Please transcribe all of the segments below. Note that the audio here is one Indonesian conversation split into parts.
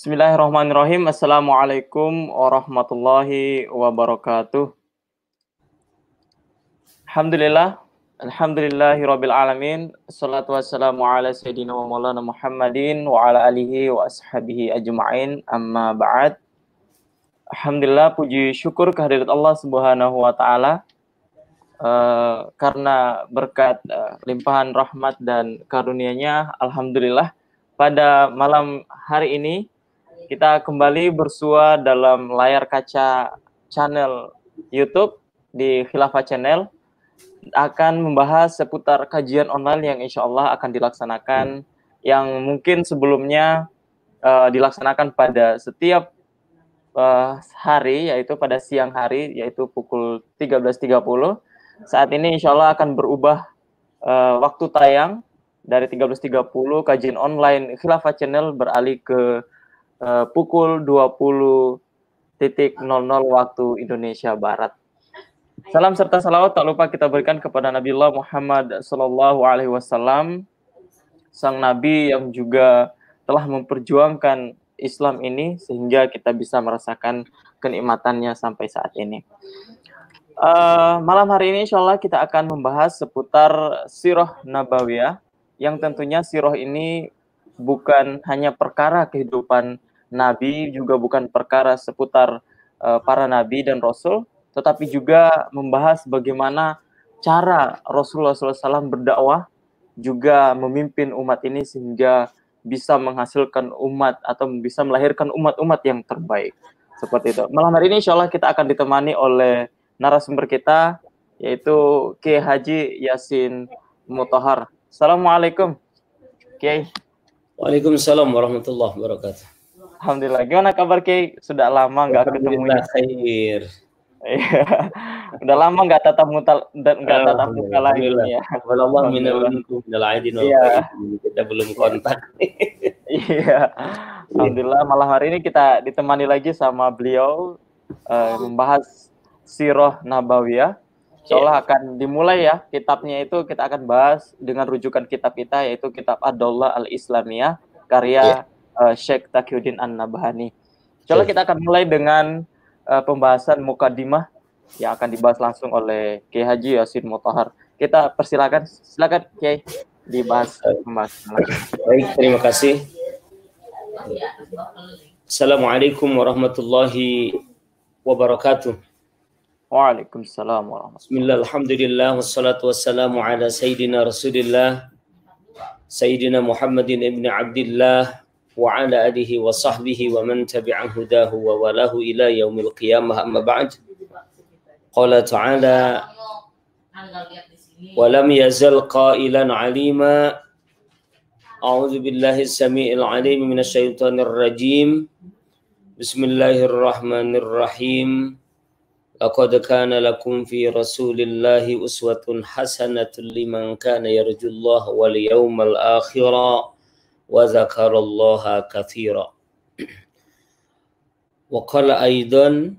Bismillahirrahmanirrahim. Assalamualaikum warahmatullahi wabarakatuh. Alhamdulillah. Alhamdulillahirabbil alamin. Assalatu wassalamu ala sayyidina wa maulana Muhammadin wa ala alihi wa ashabihi ajma'in. Amma ba'd. Alhamdulillah, puji syukur kehadirat Allah Subhanahu wa taala karena berkat limpahan rahmat dan karunia-Nya, alhamdulillah pada malam hari ini kita kembali bersua dalam layar kaca channel YouTube di Khilafah Channel, akan membahas seputar kajian online yang insya Allah akan dilaksanakan, yang mungkin sebelumnya dilaksanakan pada setiap hari, yaitu pada siang hari, yaitu pukul 13.30. Saat ini insya Allah akan berubah waktu tayang dari 13.30 kajian online Khilafah Channel beralih ke pukul 20.00 waktu Indonesia Barat. Salam serta salawat tak lupa kita berikan kepada Nabiullah Muhammad Sallallahu Alaihi Wasallam, sang Nabi yang juga telah memperjuangkan Islam ini sehingga kita bisa merasakan kenikmatannya sampai saat ini. Malam hari ini insya Allah kita akan membahas seputar Sirah Nabawiyah, yang tentunya sirah ini bukan hanya perkara kehidupan Nabi, juga bukan perkara seputar para Nabi dan Rasul, tetapi juga membahas bagaimana cara Rasulullah SAW berdakwah, juga memimpin umat ini sehingga bisa menghasilkan umat atau bisa melahirkan umat-umat yang terbaik. Seperti itu. Malam hari ini insya Allah kita akan ditemani oleh narasumber kita, yaitu Kiai Haji Yasin Mutahar. Assalamualaikum, Kiai. Waalaikumsalam warahmatullahi wabarakatuh. Alhamdulillah. Gimana kabar, Kiai? Sudah lama nggak ketemu. Khair. Iya. Udah lama nggak tatap muka lagi ya. Wallahu minal aidin wal faizin. Kita belum kontak. Iya. Alhamdulillah malam hari ini kita ditemani lagi sama beliau membahas Sirah Nabawiyah. Insyaallah akan dimulai ya, kitabnya itu kita akan bahas dengan rujukan kitab kita, yaitu kitab Ad-Daulah Al-Islamiyah karya Syekh Taqiyuddin An-Nabhani. Insyaallah kita akan mulai dengan pembahasan mukadimah yang akan dibahas langsung oleh Kiai Haji Yasin Mutahar. Kita persilakan, silakan Kiai dibahas pembahasan. Baik, terima kasih. Assalamualaikum warahmatullahi wabarakatuh. Waalaikumsalam warahmatullahi wabarakatuh. Bismillah, alhamdulillah, wassalatu wassalamu ala sayyidina Rasulillah, Sayyidina Muhammadin ibn Abdillah, wa ala alihi wa sahbihi wa man tabi'an hudahu wa walahu ila yaumil qiyamah, amma ba'd. Qala ta'ala, wa lam yazal qailan alima, a'udzu billahi as-sami'il 'alim minasy syaithanir rajim. Bismillahirrahmanirrahim. Laqad kana lakum fi Rasulillahi uswatun hasanatun liman kana yarjullaha wal yawmal akhira wa dzakarallaha katsira. Wa qala aidan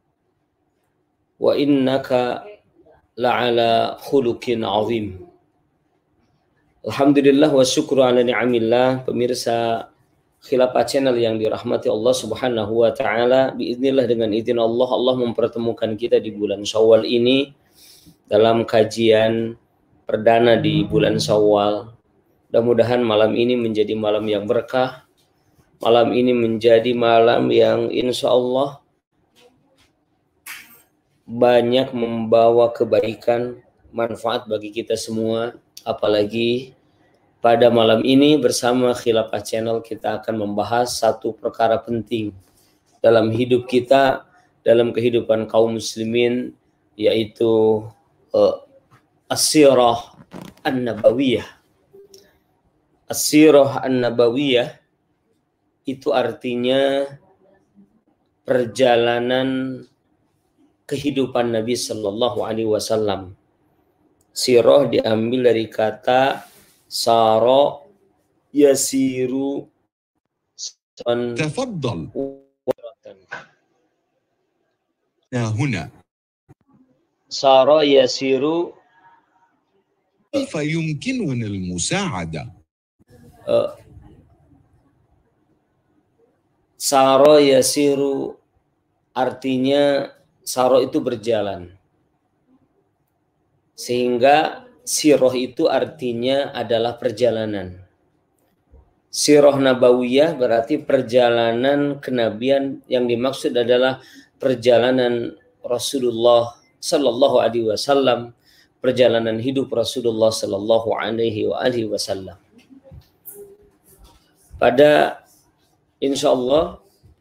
wa innaka la'ala khuluqin 'azim. Alhamdulillah wa syukru ala ni'amillah. Pemirsa Khilafah Channel yang dirahmati Allah Subhanahu wa taala, biiznillah dengan izin Allah, Allah mempertemukan kita di bulan Syawal ini dalam kajian perdana di bulan Syawal. Mudah-mudahan malam ini menjadi malam yang berkah. Malam ini menjadi malam yang insya Allah banyak membawa kebaikan, manfaat bagi kita semua. Apalagi pada malam ini bersama Khilafah Channel kita akan membahas satu perkara penting dalam hidup kita, dalam kehidupan kaum muslimin, yaitu As-Sirah An-Nabawiyah. As-Sirah An-Nabawiyah itu artinya perjalanan kehidupan Nabi Sallallahu Alaihi Wasallam. Sirah diambil dari kata Sara yasiru. تفضل هنا. Sara yasiru. كيف يمكننا المساعدة؟ Saro yasiru artinya saro itu berjalan. Sehingga siroh itu artinya adalah perjalanan. Siroh nabawiyah berarti perjalanan kenabian, yang dimaksud adalah perjalanan Rasulullah Sallallahu Alaihi Wasallam, perjalanan hidup Rasulullah Sallallahu Alaihi Wasallam. Pada insya Allah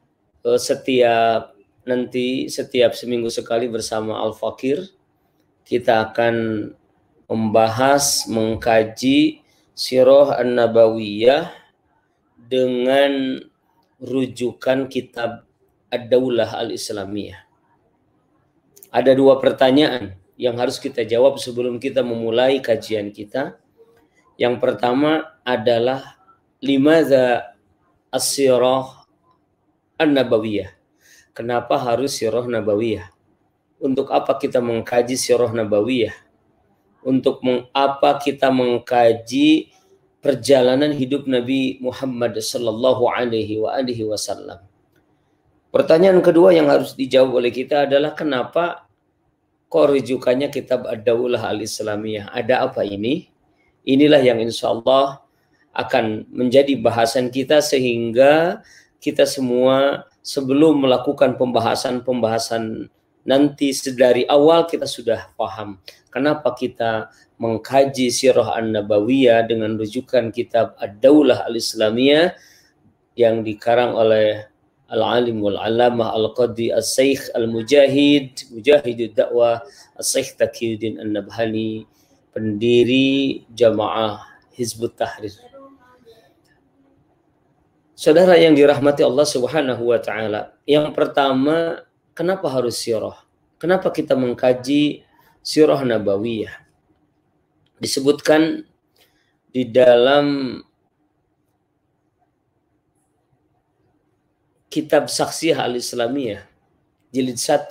setiap seminggu sekali bersama Al-Fakir kita akan membahas, mengkaji Sirah An-Nabawiyah dengan rujukan kitab Ad-Daulah Al-Islamiyah. Ada dua pertanyaan yang harus kita jawab sebelum kita memulai kajian kita. Yang pertama adalah limadza as-sirah an-nabawiyah? Kenapa harus sirah nabawiyah? Untuk apa kita mengkaji sirah nabawiyah? Untuk apa kita mengkaji perjalanan hidup Nabi Muhammad sallallahu alaihi wasallam? Pertanyaan kedua yang harus dijawab oleh kita adalah kenapa kok rujukannya kitab Ad-Daulah Al-Islamiyah? Ada apa ini? Inilah yang insya Allah akan menjadi bahasan kita sehingga kita semua sebelum melakukan pembahasan nanti dari awal kita sudah paham kenapa kita mengkaji Sirah An-Nabawiyah dengan rujukan kitab Ad-Daulah Al-Islamiyah yang dikarang oleh Al-Alim wal-Alamah Al-Qadhi As-Saykh Al-Mujahid, Mujahidud Da'wah As-Saykh Taqiyuddin An-Nabhani, pendiri Jamaah Hizbut Tahrir. Saudara yang dirahmati Allah Subhanahu wa taala, yang pertama, kenapa harus sirah? Kenapa kita mengkaji Sirah Nabawiyah? Disebutkan di dalam kitab Saksiyah Al-Islamiyah jilid 1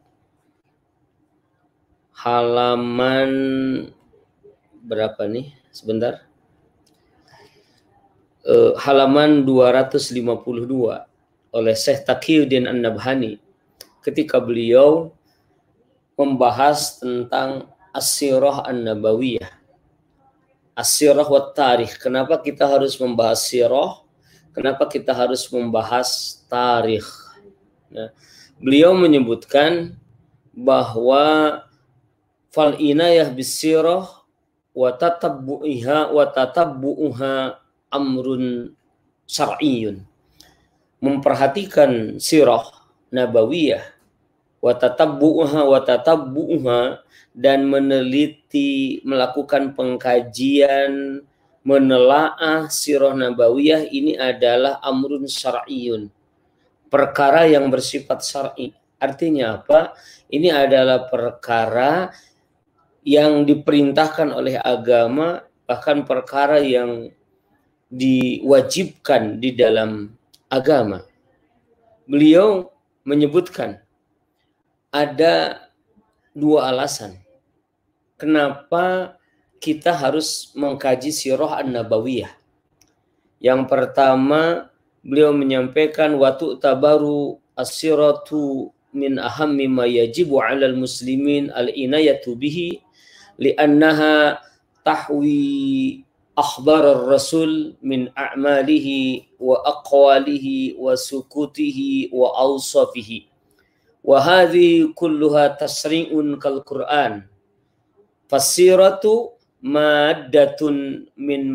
halaman berapa nih? Sebentar. Halaman 252 oleh Syekh Taqiyuddin An-Nabhani ketika beliau membahas tentang As-Sirah An-Nabawiyah, As-Sirah wa Tarikh. Kenapa kita harus membahas sirah? Kenapa kita harus membahas tarikh? Nah, beliau menyebutkan bahwa fal inayah bis-sirah wa tatabbu'uha amrun syar'iyyun. Memperhatikan sirah nabawiyah wa tatabbu'uha dan meneliti, melakukan pengkajian, menelaah sirah nabawiyah ini adalah amrun syar'iyyun, perkara yang bersifat syar'i. Artinya apa? Ini adalah perkara yang diperintahkan oleh agama, bahkan perkara yang diwajibkan di dalam agama. Beliau menyebutkan ada dua alasan kenapa kita harus mengkaji Sirah An-Nabawiyah. Yang pertama, beliau menyampaikan watu tabaru as-siratu min ahammi ma yajibu 'alal muslimin al-inayatu bihi li'annaha tahwi akhbar ar-rasul min a'malihi wa aqwalihi wa sukutihi wa awsafihi wa hadhi kulluha tasri'un kal Qur'an fasiratu maddatun min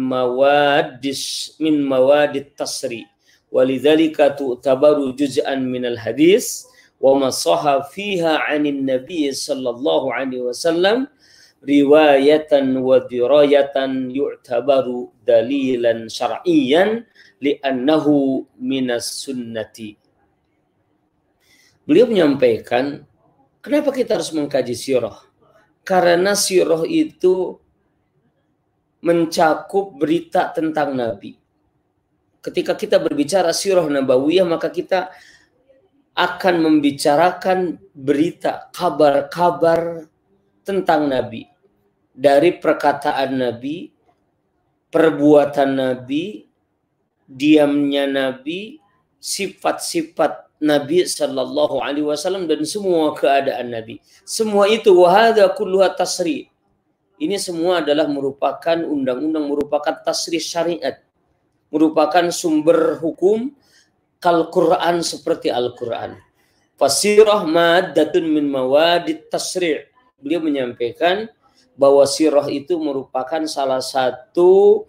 mawadit tasri walidzalika tu'tabaru juz'an minal hadis wa ma sahha fiha 'anin nabiy sallallahu alaihi wasallam riwayatan wa dirayatan yu'tabaru dalilan syar'iyyan li'annahu minas sunnati. Beliau menyampaikan kenapa kita harus mengkaji sirah? Karena sirah itu mencakup berita tentang Nabi. Ketika kita berbicara sirah nabawiyah, maka kita akan membicarakan berita, kabar-kabar tentang Nabi. Dari perkataan Nabi, perbuatan Nabi, diamnya Nabi, sifat-sifat Nabi Sallallahu Alaihi Wasallam dan semua keadaan Nabi. Semua itu wahada kulluha tasri. Ini semua adalah merupakan undang-undang, merupakan tasri syariat, merupakan sumber hukum kal Quran seperti Al-Quran. Fasirah maddatun min mawadit tasri'. Beliau menyampaikan bahwa sirah itu merupakan salah satu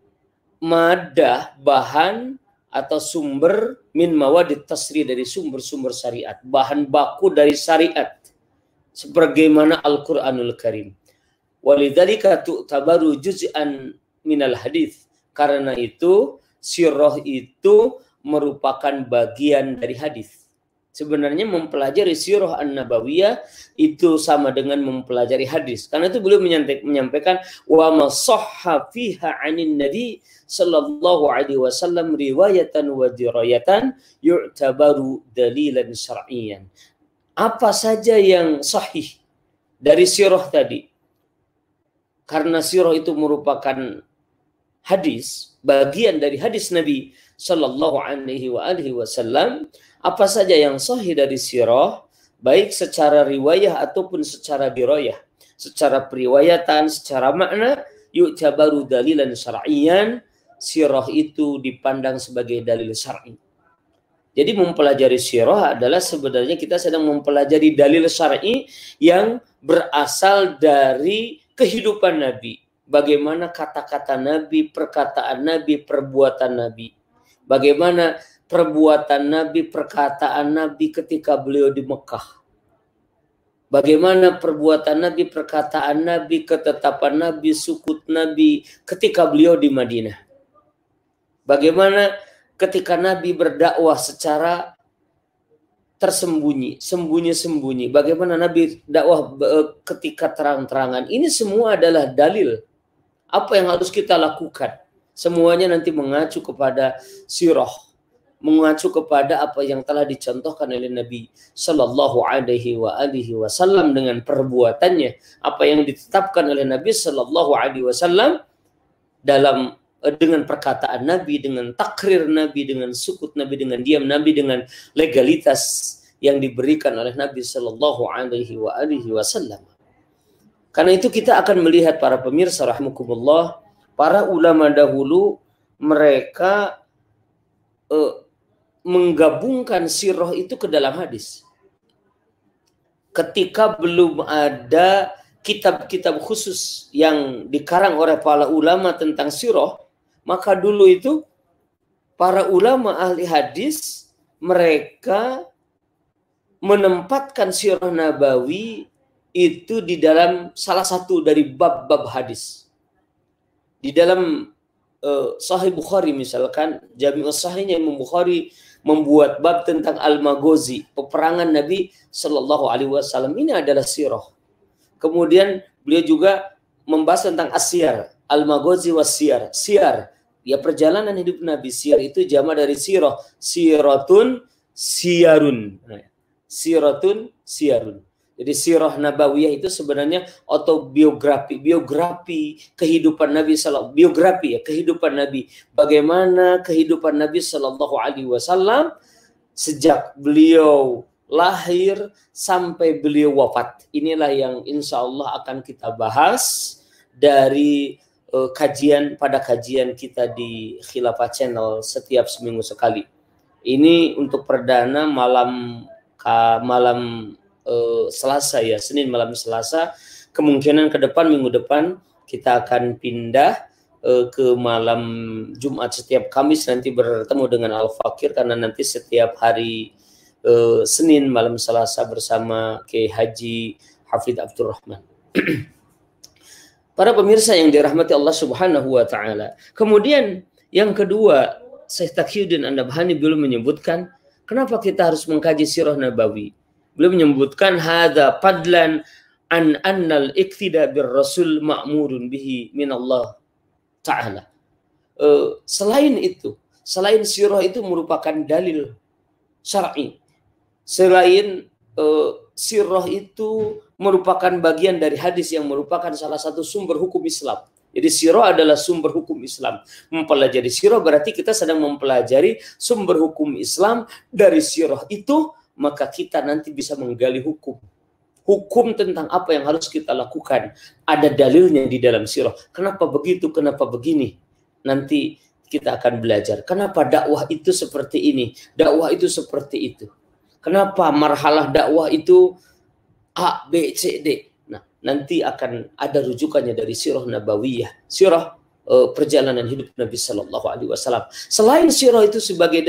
madah, bahan atau sumber min mawadit tasri' dari sumber-sumber syariat, bahan baku dari syariat sebagaimana Al-Qur'anul Karim. Walidzalika tu'tabaru juz'an minal hadis. Karena itu sirah itu merupakan bagian dari hadis. Sebenarnya mempelajari sirah an-nabawiyah itu sama dengan mempelajari hadis. Karena itu beliau menyampaikan wa ma sahha fiha 'anin nabi sallallahu alaihi wasallam riwayatan wa dirayatan yu'tabaru dalilan syar'iyyan. Apa saja yang sahih dari sirah tadi? Karena sirah itu merupakan hadis, bagian dari hadis Nabi sallallahu alaihi wasallam. Apa saja yang sahih dari sirah, baik secara riwayah ataupun secara dirayah, secara periwayatan, secara makna, yu'tabaru dalilan syar'iyyan, sirah itu dipandang sebagai dalil syar'i. Jadi mempelajari sirah adalah sebenarnya kita sedang mempelajari dalil syar'i yang berasal dari kehidupan Nabi. Bagaimana kata-kata Nabi, perkataan Nabi, perbuatan Nabi. Bagaimana perbuatan Nabi, perkataan Nabi ketika beliau di Mekah. Bagaimana perbuatan Nabi, perkataan Nabi, ketetapan Nabi, sukut Nabi ketika beliau di Madinah. Bagaimana ketika Nabi berdakwah secara tersembunyi, sembunyi-sembunyi. Bagaimana Nabi dakwah ketika terang-terangan. Ini semua adalah dalil. Apa yang harus kita lakukan? Semuanya nanti mengacu kepada sirah, mengacu kepada apa yang telah dicontohkan oleh Nabi Sallallahu Alaihi Wasallam dengan perbuatannya, apa yang ditetapkan oleh Nabi Sallallahu Alaihi Wasallam dalam dengan perkataan Nabi, dengan takrir Nabi, dengan sukut Nabi, dengan diam Nabi, dengan legalitas yang diberikan oleh Nabi Sallallahu Alaihi Wasallam. Karena itu kita akan melihat para pemirsa rahimakumullah, para ulama dahulu mereka menggabungkan sirah itu ke dalam hadis. Ketika belum ada kitab-kitab khusus yang dikarang oleh para ulama tentang sirah, maka dulu itu para ulama ahli hadis mereka menempatkan sirah nabawi itu di dalam salah satu dari bab-bab hadis. Di dalam Sahih Bukhari misalkan, Jami'us Sahihnya Imam Bukhari membuat bab tentang Al-Maghazi, peperangan Nabi Sallallahu Alaihi Wasallam. Ini adalah sirah. Kemudian beliau juga membahas tentang asyar, Al-Maghazi was siyar. Siyar, ya perjalanan hidup Nabi. Siyar itu jamak dari sirah. Siratun siyarun. Siratun siyarun. Jadi sirah nabawiyah itu sebenarnya autobiografi, biografi kehidupan Nabi sallallahu, biografi ya kehidupan Nabi. Bagaimana kehidupan Nabi Sallallahu Alaihi Wasallam sejak beliau lahir sampai beliau wafat. Inilah yang insya Allah akan kita bahas dari kajian kita di Khilafah Channel setiap seminggu sekali. Ini untuk perdana malam Selasa ya, Senin malam Selasa. Kemungkinan ke depan minggu depan kita akan pindah ke malam Jumat setiap Kamis nanti bertemu dengan Al-Fakir, karena nanti setiap hari Senin malam Selasa bersama Kiai Haji Hafidh Abdurrahman. Para pemirsa yang dirahmati Allah Subhanahu wa taala. Kemudian yang kedua, Syekh Taqiyuddin An-Nabhani belum menyebutkan kenapa kita harus mengkaji sirah nabawi. Beliau menyebutkan hadza fadlan an annal iktida bir rasul ma'murun bihi min Allah taala. Selain itu, selain sirah itu merupakan dalil syar'i. Selain sirah itu merupakan bagian dari hadis yang merupakan salah satu sumber hukum Islam. Jadi sirah adalah sumber hukum Islam. Mempelajari sirah berarti kita sedang mempelajari sumber hukum Islam. Dari sirah itu maka kita nanti bisa menggali hukum. Hukum tentang apa yang harus kita lakukan. Ada dalilnya di dalam sirah. Kenapa begitu, kenapa begini. Nanti kita akan belajar. Kenapa dakwah itu seperti ini, dakwah itu seperti itu. Kenapa marhalah dakwah itu A, B, C, D. Nah, nanti akan ada rujukannya dari sirah nabawiyah, sirah perjalanan hidup Nabi Sallallahu Alaihi Wasallam. Selain sirah itu sebagai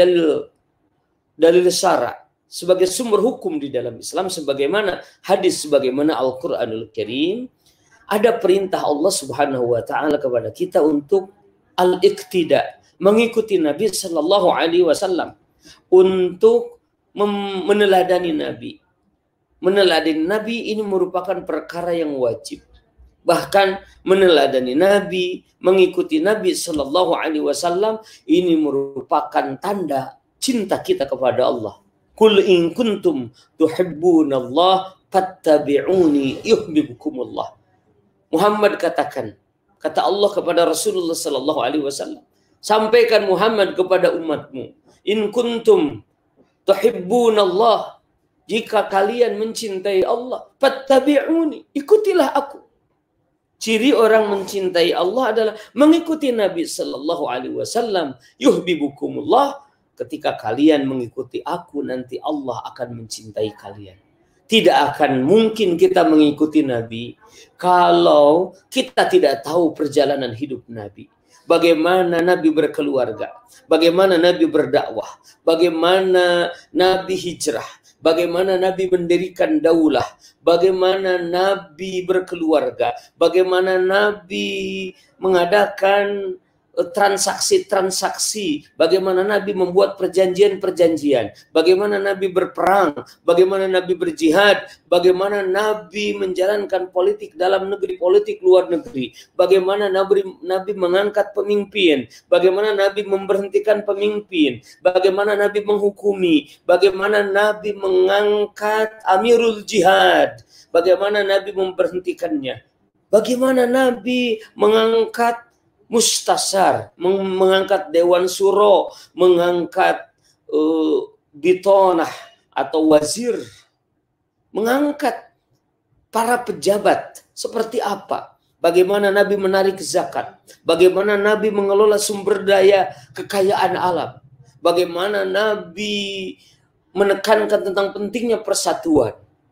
dalil syara, sebagai sumber hukum di dalam Islam, sebagaimana hadis, sebagaimana Al-Quranul Karim, ada perintah Allah Subhanahu Wa Taala kepada kita untuk al-iqtida, mengikuti Nabi Sallallahu Alaihi Wasallam, untuk meneladani Nabi. Meneladani Nabi ini merupakan perkara yang wajib. Bahkan meneladani Nabi, mengikuti Nabi Sallallahu Alaihi Wasallam ini merupakan tanda cinta kita kepada Allah. Qul in kuntum tuhibbunallah fattabi'uni yuhibbukumullah. Muhammad katakan, kata Allah kepada Rasulullah Sallallahu Alaihi Wasallam, sampaikan Muhammad kepada umatmu, in kuntum tuhibbunallah, jika kalian mencintai Allah, fattabi'uni, ikutilah aku. Ciri orang mencintai Allah adalah mengikuti Nabi Sallallahu Alaihi Wasallam. Yuhibbukumullah, ketika kalian mengikuti aku, nanti Allah akan mencintai kalian. Tidak akan mungkin kita mengikuti Nabi kalau kita tidak tahu perjalanan hidup Nabi. Bagaimana Nabi berkeluarga, bagaimana Nabi berdakwah, bagaimana Nabi hijrah, bagaimana Nabi mendirikan daulah, bagaimana Nabi berkeluarga, bagaimana Nabi mengadakan transaksi-transaksi, bagaimana Nabi membuat perjanjian-perjanjian, bagaimana Nabi berperang, bagaimana Nabi berjihad, bagaimana Nabi menjalankan politik dalam negeri, politik luar negeri, bagaimana Nabi mengangkat pemimpin, bagaimana Nabi memberhentikan pemimpin, bagaimana Nabi menghukumi, bagaimana Nabi mengangkat amirul jihad, bagaimana Nabi memberhentikannya, bagaimana Nabi mengangkat mustasar, mengangkat dewan suro, mengangkat bitonah atau wazir, mengangkat para pejabat seperti apa, bagaimana Nabi menarik zakat, bagaimana Nabi mengelola sumber daya kekayaan alam, bagaimana Nabi menekankan tentang pentingnya persatuan,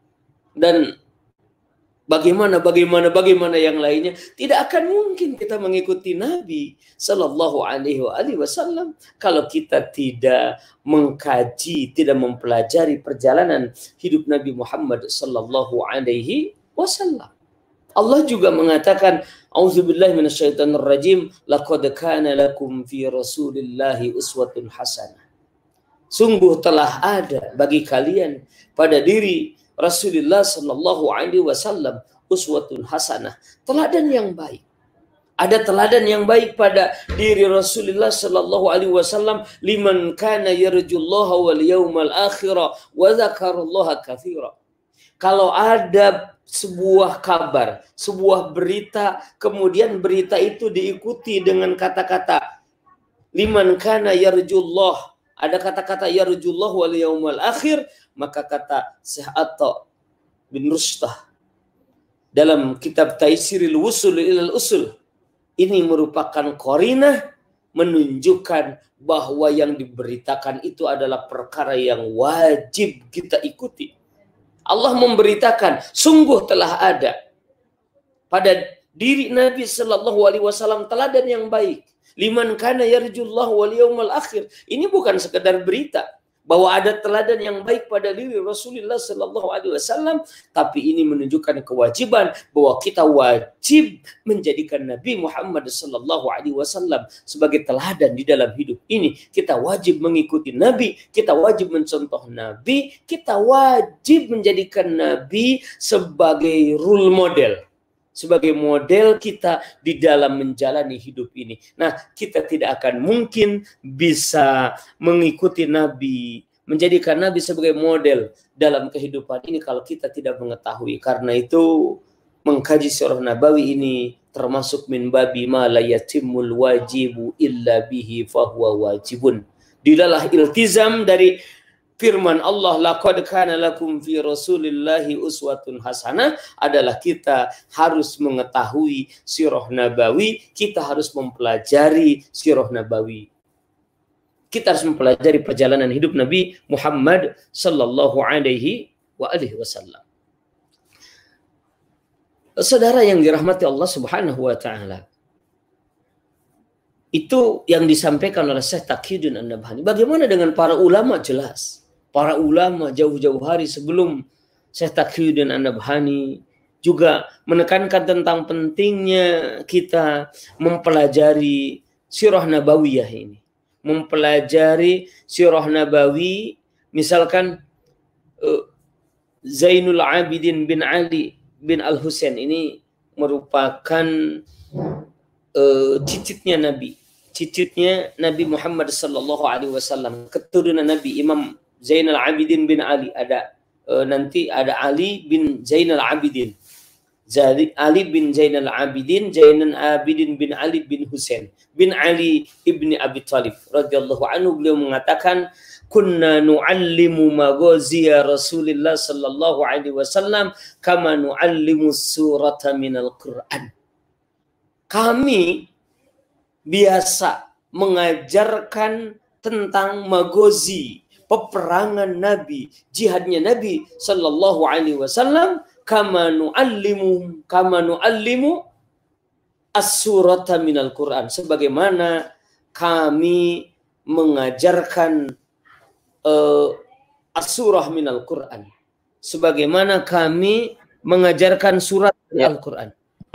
dan bagaimana yang lainnya. Tidak akan mungkin kita mengikuti Nabi Sallallahu Alaihi Wasallam kalau kita tidak mengkaji, tidak mempelajari perjalanan hidup Nabi Muhammad Sallallahu Alaihi Wasallam. Allah juga mengatakan, A'udzubillahi minasyaitonirrajim, laqad kana lakum fi Rasulillahi uswatun hasanah. Sungguh telah ada bagi kalian pada diri Rasulullah Sallallahu Alaihi Wasallam uswatun hasanah, teladan yang baik. Ada teladan yang baik pada diri Rasulullah Sallallahu Alaihi Wasallam, liman kana yarjullaha wal yawmal akhirah wa dzakarallaha katsira. Kalau ada sebuah kabar, sebuah berita, kemudian berita itu diikuti dengan kata-kata liman kana yarjullah, ada kata-kata yarjullah wal yawmal akhir, maka kata Syekh Atta bin Rustah dalam kitab Taisiril Wusul ilal Usul, ini merupakan qarinah menunjukkan bahwa yang diberitakan itu adalah perkara yang wajib kita ikuti. Allah memberitakan, sungguh telah ada pada diri Nabi Sallallahu Alaihi Wasallam teladan yang baik. Liman kana yarjullah wal yawmal akhir. Ini bukan sekedar berita bahwa ada teladan yang baik pada diri Rasulullah Sallallahu Alaihi Wasallam, tapi ini menunjukkan kewajiban bahwa kita wajib menjadikan Nabi Muhammad Sallallahu Alaihi Wasallam sebagai teladan di dalam hidup ini. Kita wajib mengikuti Nabi, kita wajib mencontoh Nabi, kita wajib menjadikan Nabi sebagai role model, sebagai model kita di dalam menjalani hidup ini. Nah, kita tidak akan mungkin bisa mengikuti Nabi, menjadikan Nabi sebagai model dalam kehidupan ini kalau kita tidak mengetahui. Karena itu, mengkaji sirah Nabawi ini termasuk min babi ma la yatimul wajibu illa bihi fahuwa wajibun. Dilalah iltizam dari firman Allah, laqad kana lakum fi rasulillahi uswatun hasanah, adalah kita harus mengetahui sirah nabawi, kita harus mempelajari sirah nabawi. Kita harus mempelajari perjalanan hidup Nabi Muhammad sallallahu alaihi wasallam. Saudara yang dirahmati Allah Subhanahu wa taala, itu yang disampaikan oleh Syekh Taqiyuddin An-Nabhani. Bagaimana dengan para ulama? Jelas. Para ulama jauh-jauh hari sebelum Syekh Taqiyuddin An-Nabhani juga menekankan tentang pentingnya kita mempelajari sirah nabawiyah ini. Mempelajari sirah nabawi, misalkan Zainul Abidin bin Ali bin Al-Husain ini merupakan cicitnya Nabi Muhammad sallallahu alaihi wasallam, keturunan Nabi. Imam Zainal Abidin bin Ali, ada nanti ada Ali bin Zainal Abidin, Ali bin Zainal Abidin, Zainal Abidin bin Ali bin Husain bin Ali ibni Abi Thalib radhiyallahu anhu. Beliau mengatakan, kunna nu'allimu maghaziya Rasulillah sallallahu alaihi wasallam kama nu'allimu surata minal Qur'an. Kami biasa mengajarkan tentang maghazi, peperangan Nabi, jihadnya Nabi sallallahu alaihi wasallam, kama nu'allimu as-surata minal Qur'an, sebagaimana kami mengajarkan as-surah minal Qur'an, sebagaimana kami mengajarkan surat Al-Qur'an.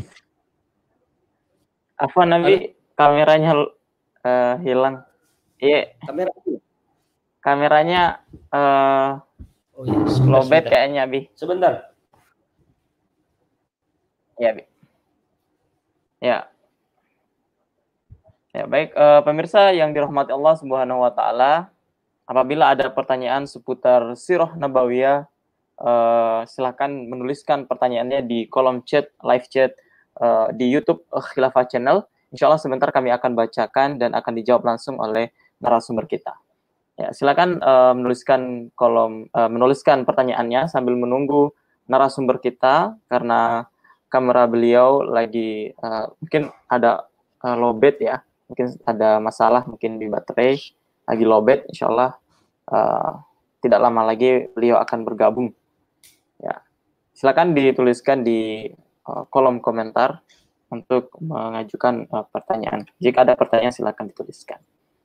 Apa Nabi, kameranya hilang. Iya. Kameranya Oh iya, lowbat kayaknya, Bi. Sebentar. Ya, Bi. Ya. Ya, baik, pemirsa yang dirahmati Allah Subhanahu wa taala, apabila ada pertanyaan seputar sirah nabawiyah, silakan menuliskan pertanyaannya di kolom chat, live chat di YouTube Khilafah Channel. Insyaallah sebentar kami akan bacakan dan akan dijawab langsung oleh narasumber kita. Ya, silakan menuliskan pertanyaannya sambil menunggu narasumber kita, karena kamera beliau lagi mungkin ada lowbat ya, mungkin ada masalah mungkin di baterai, lagi lowbat. Insyaallah tidak lama lagi beliau akan bergabung. Ya, silakan dituliskan di kolom komentar untuk mengajukan pertanyaan. Jika ada pertanyaan silakan dituliskan.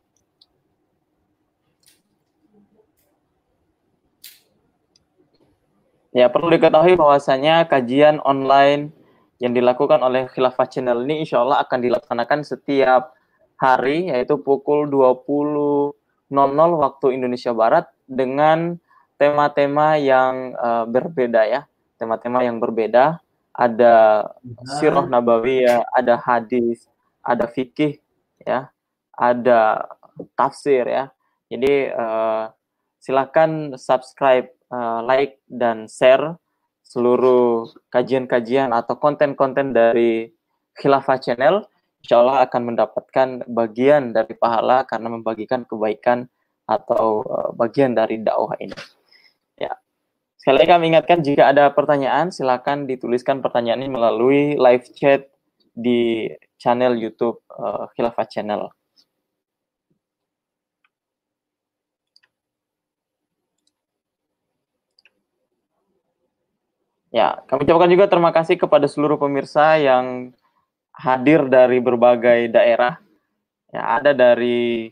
Ya, perlu diketahui bahwasanya kajian online yang dilakukan oleh Khilafah Channel ini insya Allah akan dilaksanakan setiap hari, yaitu pukul 20.00 waktu Indonesia Barat, dengan tema-tema yang berbeda ya. Tema-tema yang berbeda, ada sirah nabawiyah, ada hadis, ada fikih ya, ada tafsir ya. Jadi silakan subscribe, like dan share seluruh kajian-kajian atau konten-konten dari Khilafah Channel. Insya Allah akan mendapatkan bagian dari pahala karena membagikan kebaikan atau bagian dari dakwah ini. Ya. Sekali lagi kami ingatkan, jika ada pertanyaan silakan dituliskan pertanyaan ini melalui live chat di channel YouTube Khilafah Channel. Ya, kami ucapkan juga terima kasih kepada seluruh pemirsa yang hadir dari berbagai daerah. Ya, ada dari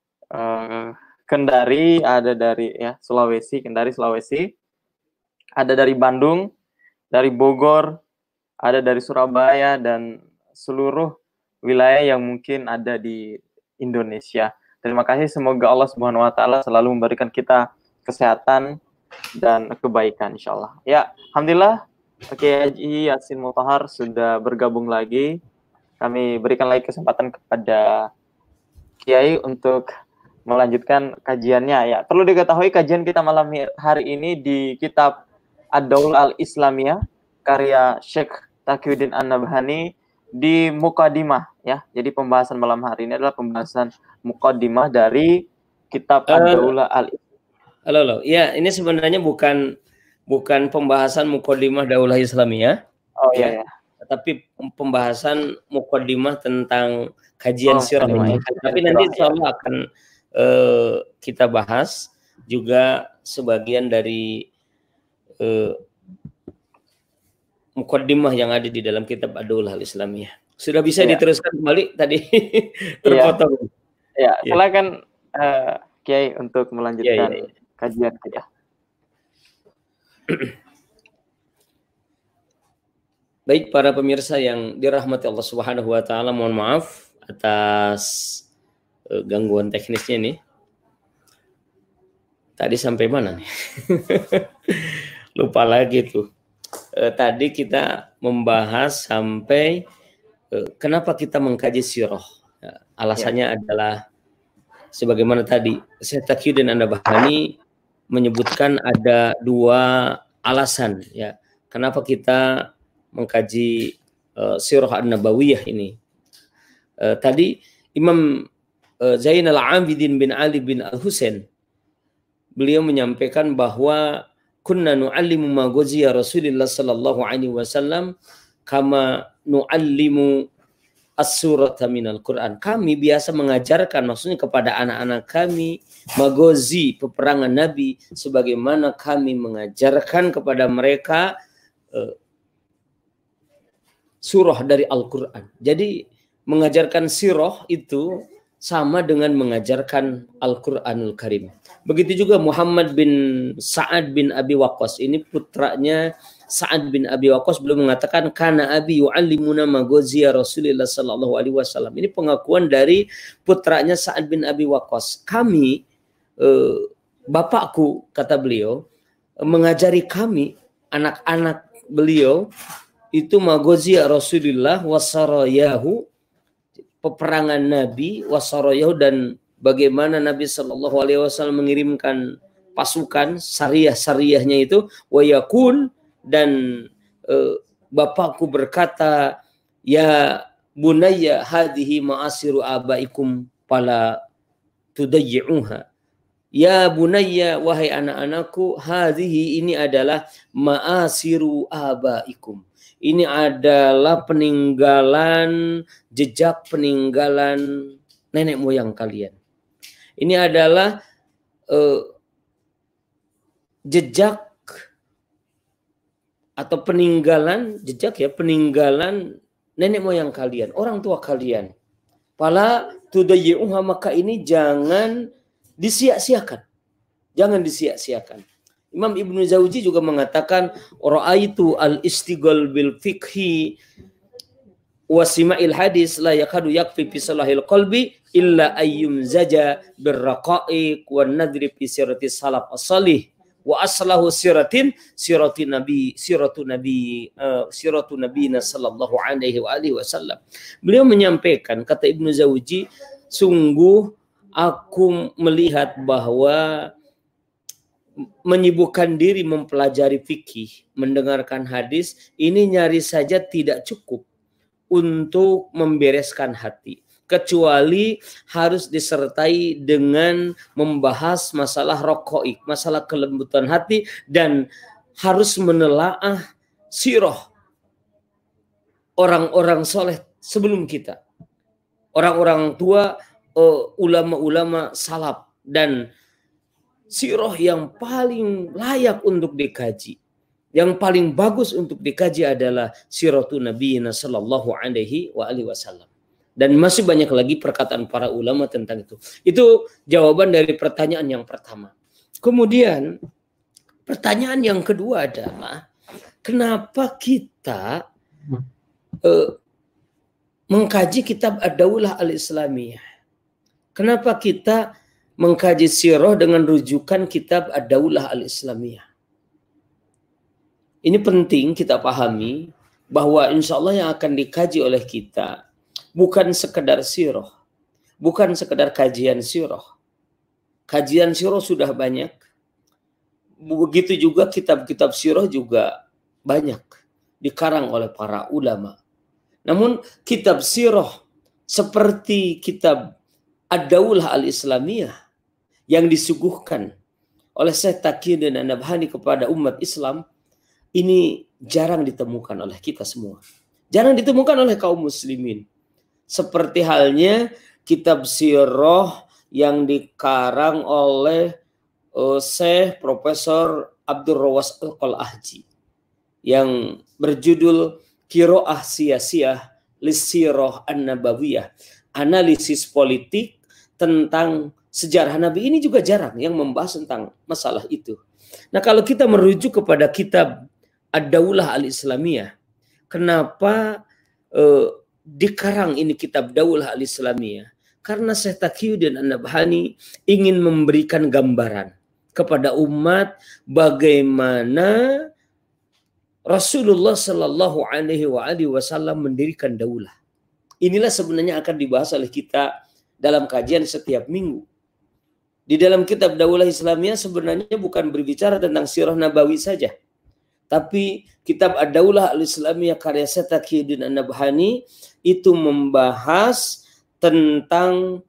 Kendari, ada dari Sulawesi, Kendari Sulawesi, ada dari Bandung, dari Bogor, ada dari Surabaya, dan seluruh wilayah yang mungkin ada di Indonesia. Terima kasih, semoga Allah Subhanahu wa taala selalu memberikan kita kesehatan dan kebaikan insyaallah. Ya, alhamdulillah Kiai Haji Yasin Mutahar sudah bergabung lagi. Kami berikan lagi kesempatan kepada Kiai untuk melanjutkan kajiannya ya. Perlu diketahui kajian kita malam hari ini di kitab Ad-Daulah Al-Islamiyah karya Syekh Taqiyuddin An-Nabhani di muqaddimah ya. Jadi pembahasan malam hari ini adalah pembahasan muqaddimah dari kitab Ad-Daulah Halo. Ya, ini sebenarnya bukan pembahasan muqaddimah Daulah Islamiyah. Oh ya. iya. Tapi pembahasan muqaddimah tentang kajian sirah ini. Tapi nanti insya Allah akan kita bahas juga sebagian dari muqaddimah yang ada di dalam kitab Ad-Daulah Islamiyah. Sudah bisa diteruskan kembali tadi terpotong. Ya, silakan Kiai untuk melanjutkan kajian kita. Baik para pemirsa yang dirahmati Allah Subhanahu wa taala, mohon maaf atas gangguan teknisnya nih. Tadi sampai mana nih? Lupa lagi tuh. Tadi kita membahas sampai kenapa kita mengkaji sirah. Alasannya adalah sebagaimana tadi Syekh Taqiyuddin An-Nabhani menyebutkan ada 2 alasan ya. Kenapa kita mengkaji sirah An-Nabawiyah ini. Tadi Imam Zainal Abidin bin Ali bin Al-Husain beliau menyampaikan bahwa kunna nu'allimu ma ghaziya Rasulullah sallallahu alaihi wasallam kama nu'allimu as-surata minal Quran. Kami biasa mengajarkan, maksudnya kepada anak-anak kami, maghazi, peperangan Nabi, sebagaimana kami mengajarkan kepada mereka surah dari Al-Quran. Jadi mengajarkan sirah itu sama dengan mengajarkan Al-Quranul Karim. Begitu juga Muhammad bin Sa'ad bin Abi Waqqas. Ini putranya Sa'ad bin Abi Waqqas belum mengatakan kana abi yu'allimuna maghaziya Rasulullah sallallahu alaihi wasallam. Ini pengakuan dari putranya Sa'ad bin Abi Waqqas. Kami bapakku, kata beliau, mengajari kami anak-anak beliau itu maghaziya Rasulullah wasarayahu, peperangan Nabi, wasarayahu, dan bagaimana Nabi sallallahu alaihi wasallam mengirimkan pasukan sariyah-sariyahnya itu, wayakun, dan bapakku berkata, ya bunayya hadhihi ma'asiru abaikum fala tudayyi'uha. Ya bunayya, wahai anak-anakku, hadhihi, ini adalah ma'asiru abaikum. Ini adalah peninggalan, jejak peninggalan nenek moyang kalian. Ini adalah jejak atau peninggalan, jejak ya, peninggalan nenek moyang kalian, orang tua kalian. Fala tudayyi'uha, maka ini jangan disia-siakan. Jangan disia-siakan. Imam Ibnu Jauzi juga mengatakan, ra'aitu al-istighal bil fiqhi wa sima'il hadis la yakadu yakfi fi salahil qalbi illa ayyum zaja birraqa'iq wan nadri fi sirati salaf as-salih wa aslahu siratu nabiyina sallallahu alaihi wa alihi wasallam. Beliau menyampaikan, kata Ibnu Jauzi, sungguh aku melihat bahwa menyibukkan diri mempelajari fikih, mendengarkan hadis, ini nyaris saja tidak cukup untuk membereskan hati, kecuali harus disertai dengan membahas masalah rokoik, masalah kelembutan hati, dan harus menelaah sirah orang-orang soleh sebelum kita, orang-orang tua, ulama-ulama salaf. Dan sirah yang paling layak untuk dikaji, yang paling bagus untuk dikaji adalah siratun nabiyina sallallahu alaihi wasallam. Dan masih banyak lagi perkataan para ulama tentang itu. Itu jawaban dari pertanyaan yang pertama. Kemudian pertanyaan yang kedua adalah, kenapa kita mengkaji kitab Ad-Daulah Al-Islamiyah? Kenapa kita mengkaji sirah dengan rujukan kitab Ad-Daulah Al-Islamiyah? Ini penting kita pahami bahwa insya Allah yang akan dikaji oleh kita bukan sekedar sirah, bukan sekedar kajian sirah. Kajian sirah sudah banyak. Begitu juga kitab-kitab sirah juga banyak dikarang oleh para ulama. Namun kitab sirah seperti kitab Ad-Daulah Al-Islamiyah yang disuguhkan oleh Syekh Taqiyuddin An-Nabhani kepada umat Islam, ini jarang ditemukan oleh kita semua. Jarang ditemukan oleh kaum muslimin. Seperti halnya kitab sirah yang dikarang oleh Syekh Profesor Abdul Rawas Al-Qal'ahji yang berjudul Qiraah Siyasiyah Lisirah An-Nabawiyah, analisis politik tentang sejarah Nabi. Ini juga jarang yang membahas tentang masalah itu. Nah, kalau kita merujuk kepada kitab Ad-Daulah Al-Islamiyah, kenapa dikarang ini kitab Daulah Al-Islamiyah? Karena Syekh Taqiyuddin An-Nabhani ingin memberikan gambaran kepada umat bagaimana Rasulullah Shallallahu Alaihi Wasallam mendirikan daulah. Inilah sebenarnya akan dibahas oleh kita dalam kajian setiap minggu. Di dalam kitab Daulah Islamiyah sebenarnya bukan berbicara tentang sirah nabawi saja, tapi kitab Ad-Daulah Al-Islamiyah karya Syekh Taqiyuddin An-Nabhani itu membahas tentang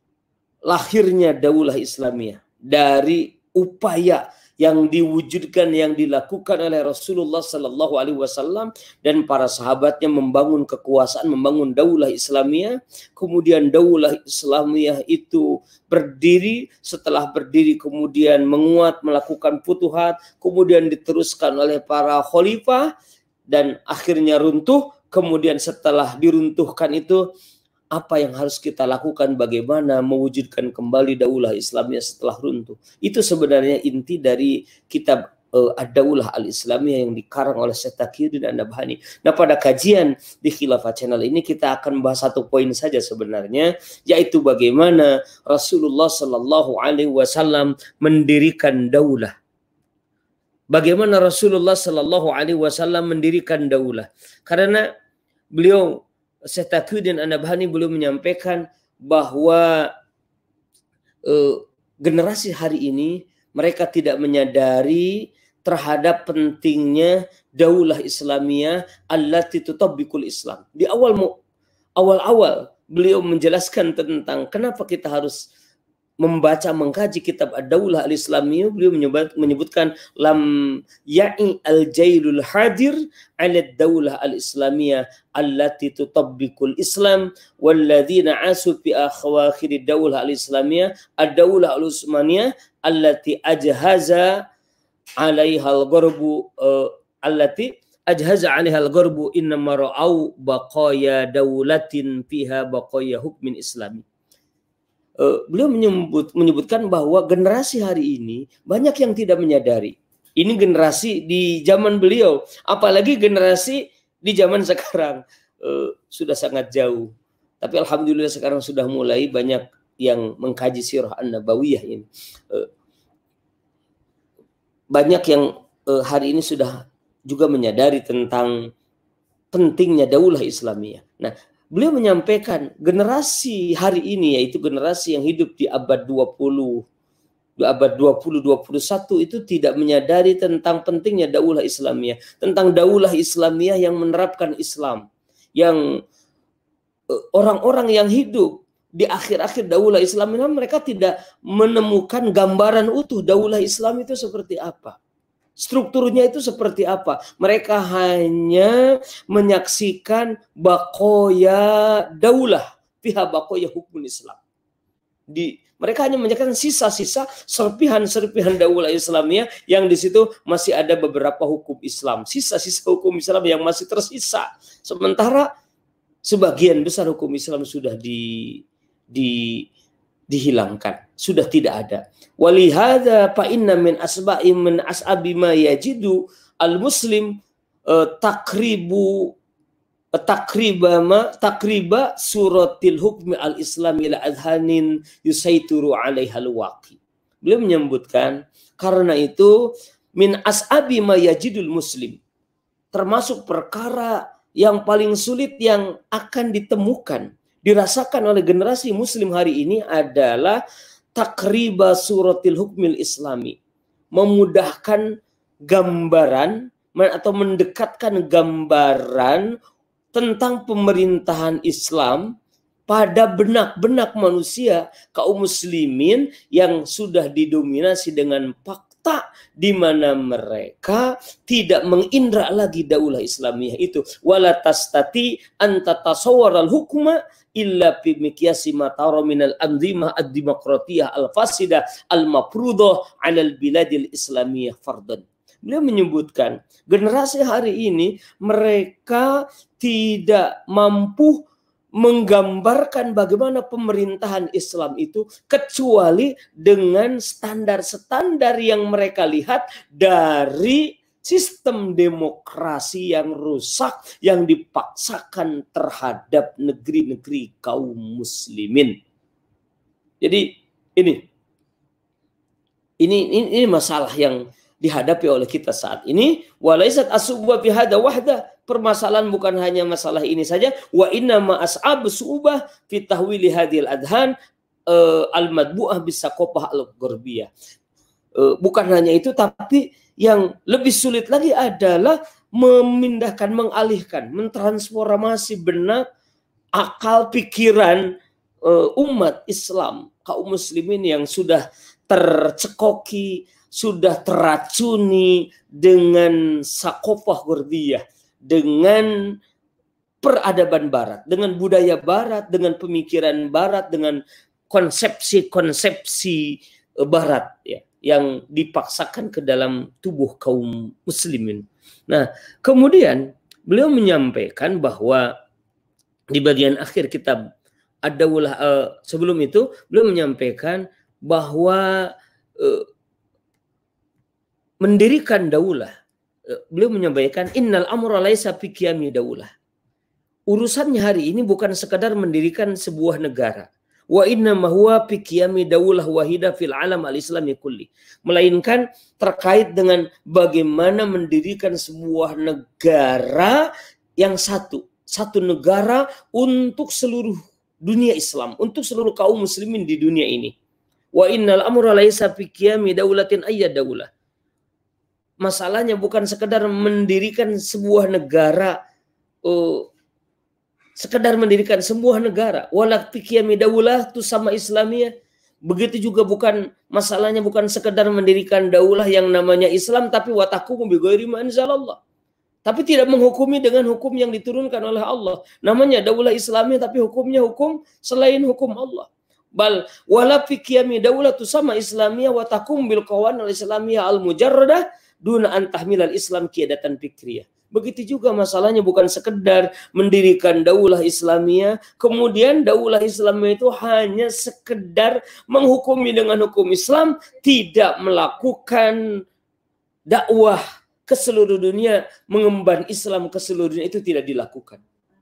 lahirnya Daulah Islamiyah dari upaya yang diwujudkan, yang dilakukan oleh Rasulullah Sallallahu Alaihi Wasallam dan para sahabatnya membangun kekuasaan, membangun Daulah Islamiyah. Kemudian Daulah Islamiyah itu berdiri, setelah berdiri kemudian menguat, melakukan futuhat, kemudian diteruskan oleh para khalifah dan akhirnya runtuh. Kemudian setelah diruntuhkan itu, apa yang harus kita lakukan, bagaimana mewujudkan kembali Daulah Islamiyah setelah runtuh. Itu sebenarnya inti dari kitab Ad-Daulah Al-Islamiyah yang dikarang oleh Syekh Taqiyuddin An-Nabhani. Nah, pada kajian di Khilafah Channel ini kita akan bahas satu poin saja sebenarnya, yaitu bagaimana Rasulullah Sallallahu Alaihi Wasallam mendirikan daulah. Bagaimana Rasulullah Sallallahu Alaihi Wasallam mendirikan daulah? Karena beliau Syekh Taqiyuddin An-Nabhani belum menyampaikan bahwa generasi hari ini mereka tidak menyadari terhadap pentingnya Daulah Islamiyah allati tutabbiqul Islam. Di awal-awal beliau menjelaskan tentang kenapa kita harus membaca, mengkaji kitab Ad-Daulah Al-Islamiyah. Beliau menyebutkan lam ya'i al-jailul hadir ala Daulah Al-Islamiyah allati tutabbiqul Islam walladzina asu fi akhwakhir Daulah Al-Islamiyah Ad-Daulah Al-Utsmaniyah allati ajhaza 'alaiha al-gharbu allati ajhaza 'alaiha al-gharbu innama ra'au baqaya daulatin fiha baqaya hukmin islami. Beliau menyebutkan bahwa generasi hari ini banyak yang tidak menyadari. Ini generasi di zaman beliau, apalagi generasi di zaman sekarang sudah sangat jauh. Tapi alhamdulillah sekarang sudah mulai banyak yang mengkaji sirah an-nabawiyah ini. Banyak yang hari ini sudah juga menyadari tentang pentingnya Daulah Islamiyah. Nah, beliau menyampaikan generasi hari ini, yaitu generasi yang hidup di abad 20, di abad 20, 21 itu tidak menyadari tentang pentingnya Daulah Islamiyah, tentang Daulah Islamiyah yang menerapkan Islam, yang orang-orang yang hidup di akhir-akhir Daulah Islamiyah mereka tidak menemukan gambaran utuh Daulah Islam itu seperti apa. Strukturnya itu seperti apa? Mereka hanya menyaksikan bakoya daulah, pihak bakoya hukum Islam. Mereka hanya menyaksikan sisa-sisa serpihan-serpihan daulah Islamiyah yang di situ masih ada beberapa hukum Islam, sisa-sisa hukum Islam yang masih tersisa. Sementara sebagian besar hukum Islam sudah dihilangkan, sudah tidak ada. Walihada fa inna min asba'i min as'abi ma yajidu al-muslim takriba suratil hukmi al-islami ila adhanin yusaituru 'alaiha al-waqi. Beliau menyebutkan karena itu min as'abi ma yajidul muslim, termasuk perkara yang paling sulit yang akan ditemukan, dirasakan oleh generasi muslim hari ini adalah takriba suratil hukmil islami, memudahkan gambaran atau mendekatkan gambaran tentang pemerintahan Islam pada benak-benak manusia kaum muslimin yang sudah didominasi dengan fakta di mana mereka tidak mengindra lagi daulah Islamiyah itu. Wala tastati anta tasawwaral hukma illa fi miqyasi ma tara minal anzimah ad-demokratiyah al-fasidah al-mafruḍah 'alal biladil islamiyah fardan. Beliau menyebutkan generasi hari ini mereka tidak mampu menggambarkan bagaimana pemerintahan Islam itu kecuali dengan standar-standar yang mereka lihat dari sistem demokrasi yang rusak yang dipaksakan terhadap negeri-negeri kaum muslimin. Jadi ini masalah yang dihadapi oleh kita saat ini. Walaisat asubah fi hada wahda. Permasalahan bukan hanya masalah ini saja. Wa inna ma as'ab su'ubah fi tahwili hadhil adhan al-madbu'ah bisaqofah al-gharbiyah. Bukan hanya itu, tapi yang lebih sulit lagi adalah memindahkan, mengalihkan, mentransformasi benak, akal, pikiran umat Islam, kaum muslimin yang sudah tercekoki, sudah teracuni dengan sakofah gharbiyah, dengan peradaban barat, dengan budaya barat, dengan pemikiran barat, dengan konsepsi-konsepsi barat ya, yang dipaksakan ke dalam tubuh kaum muslimin. Nah, kemudian beliau menyampaikan bahwa di bagian akhir kitab Ad-Daulah, sebelum itu beliau menyampaikan bahwa mendirikan daulah, beliau menyampaikan innal amra laisa fi qiyami daulah. Urusannya hari ini bukan sekadar mendirikan sebuah negara. Wa inna ma huwa fi qiyami daulah wahidah fil alam al-islami kulli. Melainkan terkait dengan bagaimana mendirikan sebuah negara yang satu negara untuk seluruh dunia Islam, untuk seluruh kaum muslimin di dunia ini. Wa innal amra laisa fi qiyami daulatin ayya daulah. Masalahnya bukan sekedar mendirikan sebuah negara, wala fi qiyami daulah tu sama Islamiyah. Begitu juga masalahnya bukan sekedar mendirikan daulah yang namanya Islam tapi watakumu bi ghairi ma anzalallah. Tapi tidak menghukumi dengan hukum yang diturunkan oleh Allah. Namanya daulah Islamiyah tapi hukumnya hukum selain hukum Allah. Bal wala fi qiyami daulah tu sama Islamiyah watakum bil qawan al-islamiyah al-mujarradah duna an tahmilal Islam qiyadatan fikriyah. Begitu juga masalahnya bukan sekedar mendirikan daulah Islamiyah, kemudian daulah Islamiyah itu hanya sekedar menghukumi dengan hukum Islam, tidak melakukan dakwah ke seluruh dunia, mengemban Islam ke seluruh dunia, itu tidak dilakukan.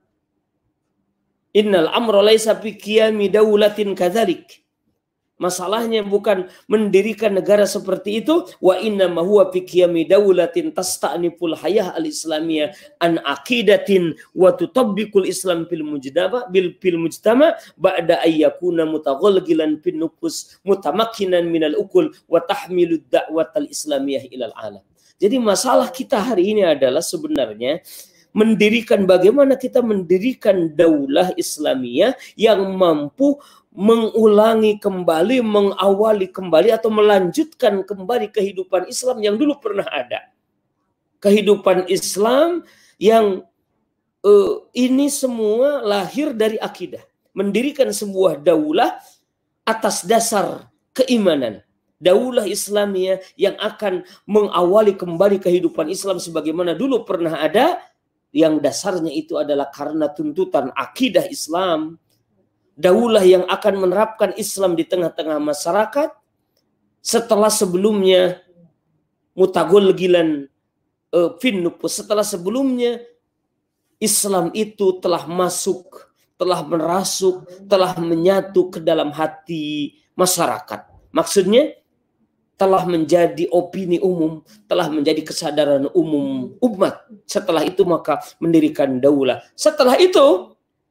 Innal amra laisa fi qiyami daulatin kadzalik. Masalahnya bukan mendirikan negara seperti itu, wa inna ma huwa fi qiyami daulatin tasta'niful hayah al-islamiyah an aqidatin wa tutabbiqul islam fil mujtama ba'da ayyakuna mutaghalghilan fin nufus mutamakkinan minal ukul wa tahmilud da'watal islamiyah ilal alam. Jadi masalah kita hari ini adalah sebenarnya bagaimana kita mendirikan daulah Islamiyah yang mampu mengulangi kembali, mengawali kembali atau melanjutkan kembali kehidupan Islam yang dulu pernah ada. Kehidupan Islam yang ini semua lahir dari akidah. Mendirikan sebuah daulah atas dasar keimanan. Daulah Islamiyah yang akan mengawali kembali kehidupan Islam sebagaimana dulu pernah ada, yang dasarnya itu adalah karena tuntutan akidah Islam. Daulah yang akan menerapkan Islam di tengah-tengah masyarakat setelah sebelumnya mutaghalghilan fin nufus, setelah sebelumnya Islam itu telah masuk, telah merasuk, telah menyatu ke dalam hati masyarakat. Maksudnya telah menjadi opini umum, telah menjadi kesadaran umum umat. Setelah itu maka mendirikan daulah. Setelah itu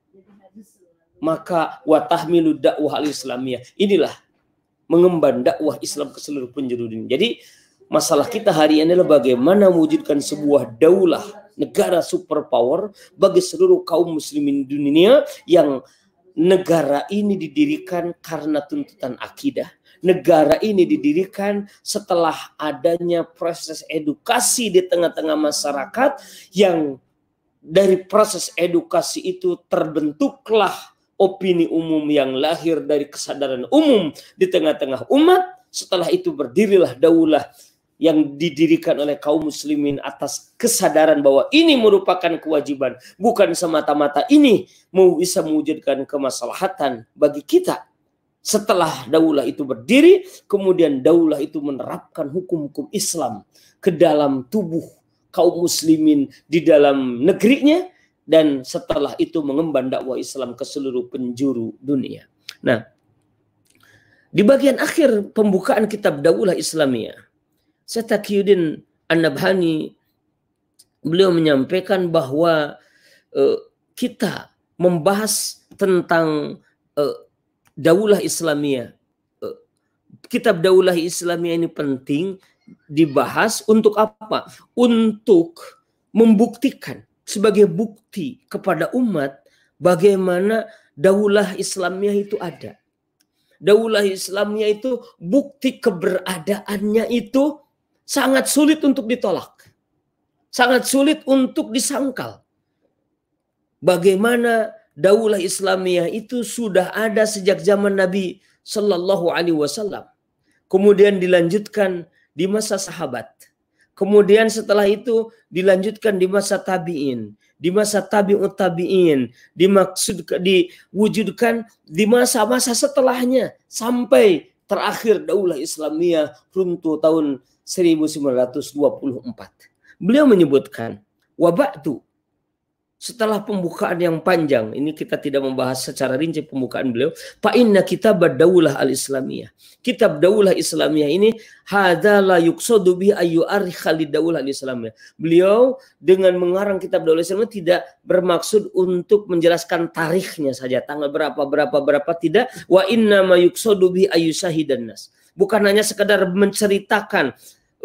maka watahmilu dakwah al-islamiyah. Inilah mengemban dakwah Islam ke seluruh penjuru dunia. Jadi masalah kita hari ini adalah bagaimana mewujudkan sebuah daulah negara superpower bagi seluruh kaum muslimin dunia, yang negara ini didirikan karena tuntutan akidah. Negara ini didirikan setelah adanya proses edukasi di tengah-tengah masyarakat, yang dari proses edukasi itu terbentuklah opini umum yang lahir dari kesadaran umum di tengah-tengah umat. Setelah itu berdirilah daulah yang didirikan oleh kaum muslimin atas kesadaran bahwa ini merupakan kewajiban, bukan semata-mata ini mau bisa mewujudkan kemaslahatan bagi kita. Setelah daulah itu berdiri, kemudian daulah itu menerapkan hukum-hukum Islam ke dalam tubuh kaum muslimin di dalam negerinya, dan setelah itu mengemban dakwah Islam ke seluruh penjuru dunia. Nah, di bagian akhir pembukaan kitab Daulah Islamiyah, Syekh Taqiyuddin An-Nabhani beliau menyampaikan bahwa kita membahas tentang Daulah Islamiyah. Kitab Daulah Islamiyah ini penting dibahas untuk apa? Untuk membuktikan sebagai bukti kepada umat bagaimana Daulah Islamiyah itu ada. Daulah Islamiyah itu bukti keberadaannya itu sangat sulit untuk ditolak. Sangat sulit untuk disangkal. Bagaimana Daulah Islamiyah itu sudah ada sejak zaman Nabi Sallallahu Alaihi Wasallam. Kemudian dilanjutkan di masa sahabat. Kemudian setelah itu dilanjutkan di masa tabi'in. Di masa tabi'ut tabi'in. Diwujudkan di masa-masa setelahnya. Sampai terakhir Daulah Islamiyah runtuh tahun 1924. Beliau menyebutkan, waba'du, setelah pembukaan yang panjang, ini kita tidak membahas secara rinci pembukaan beliau, fa inna kitab Daulah al-Islamiyah. Kitab Daulah Islamiyah ini hadza la yuqsadu bi ayu arikha Daulah al-Islamiyah. Beliau dengan mengarang kitab Daulah Islamiyah tidak bermaksud untuk menjelaskan tarikhnya saja, tanggal berapa tidak. Wa inna ma yuqsadu bi ayu syahidan nas. Bukan hanya sekedar menceritakan,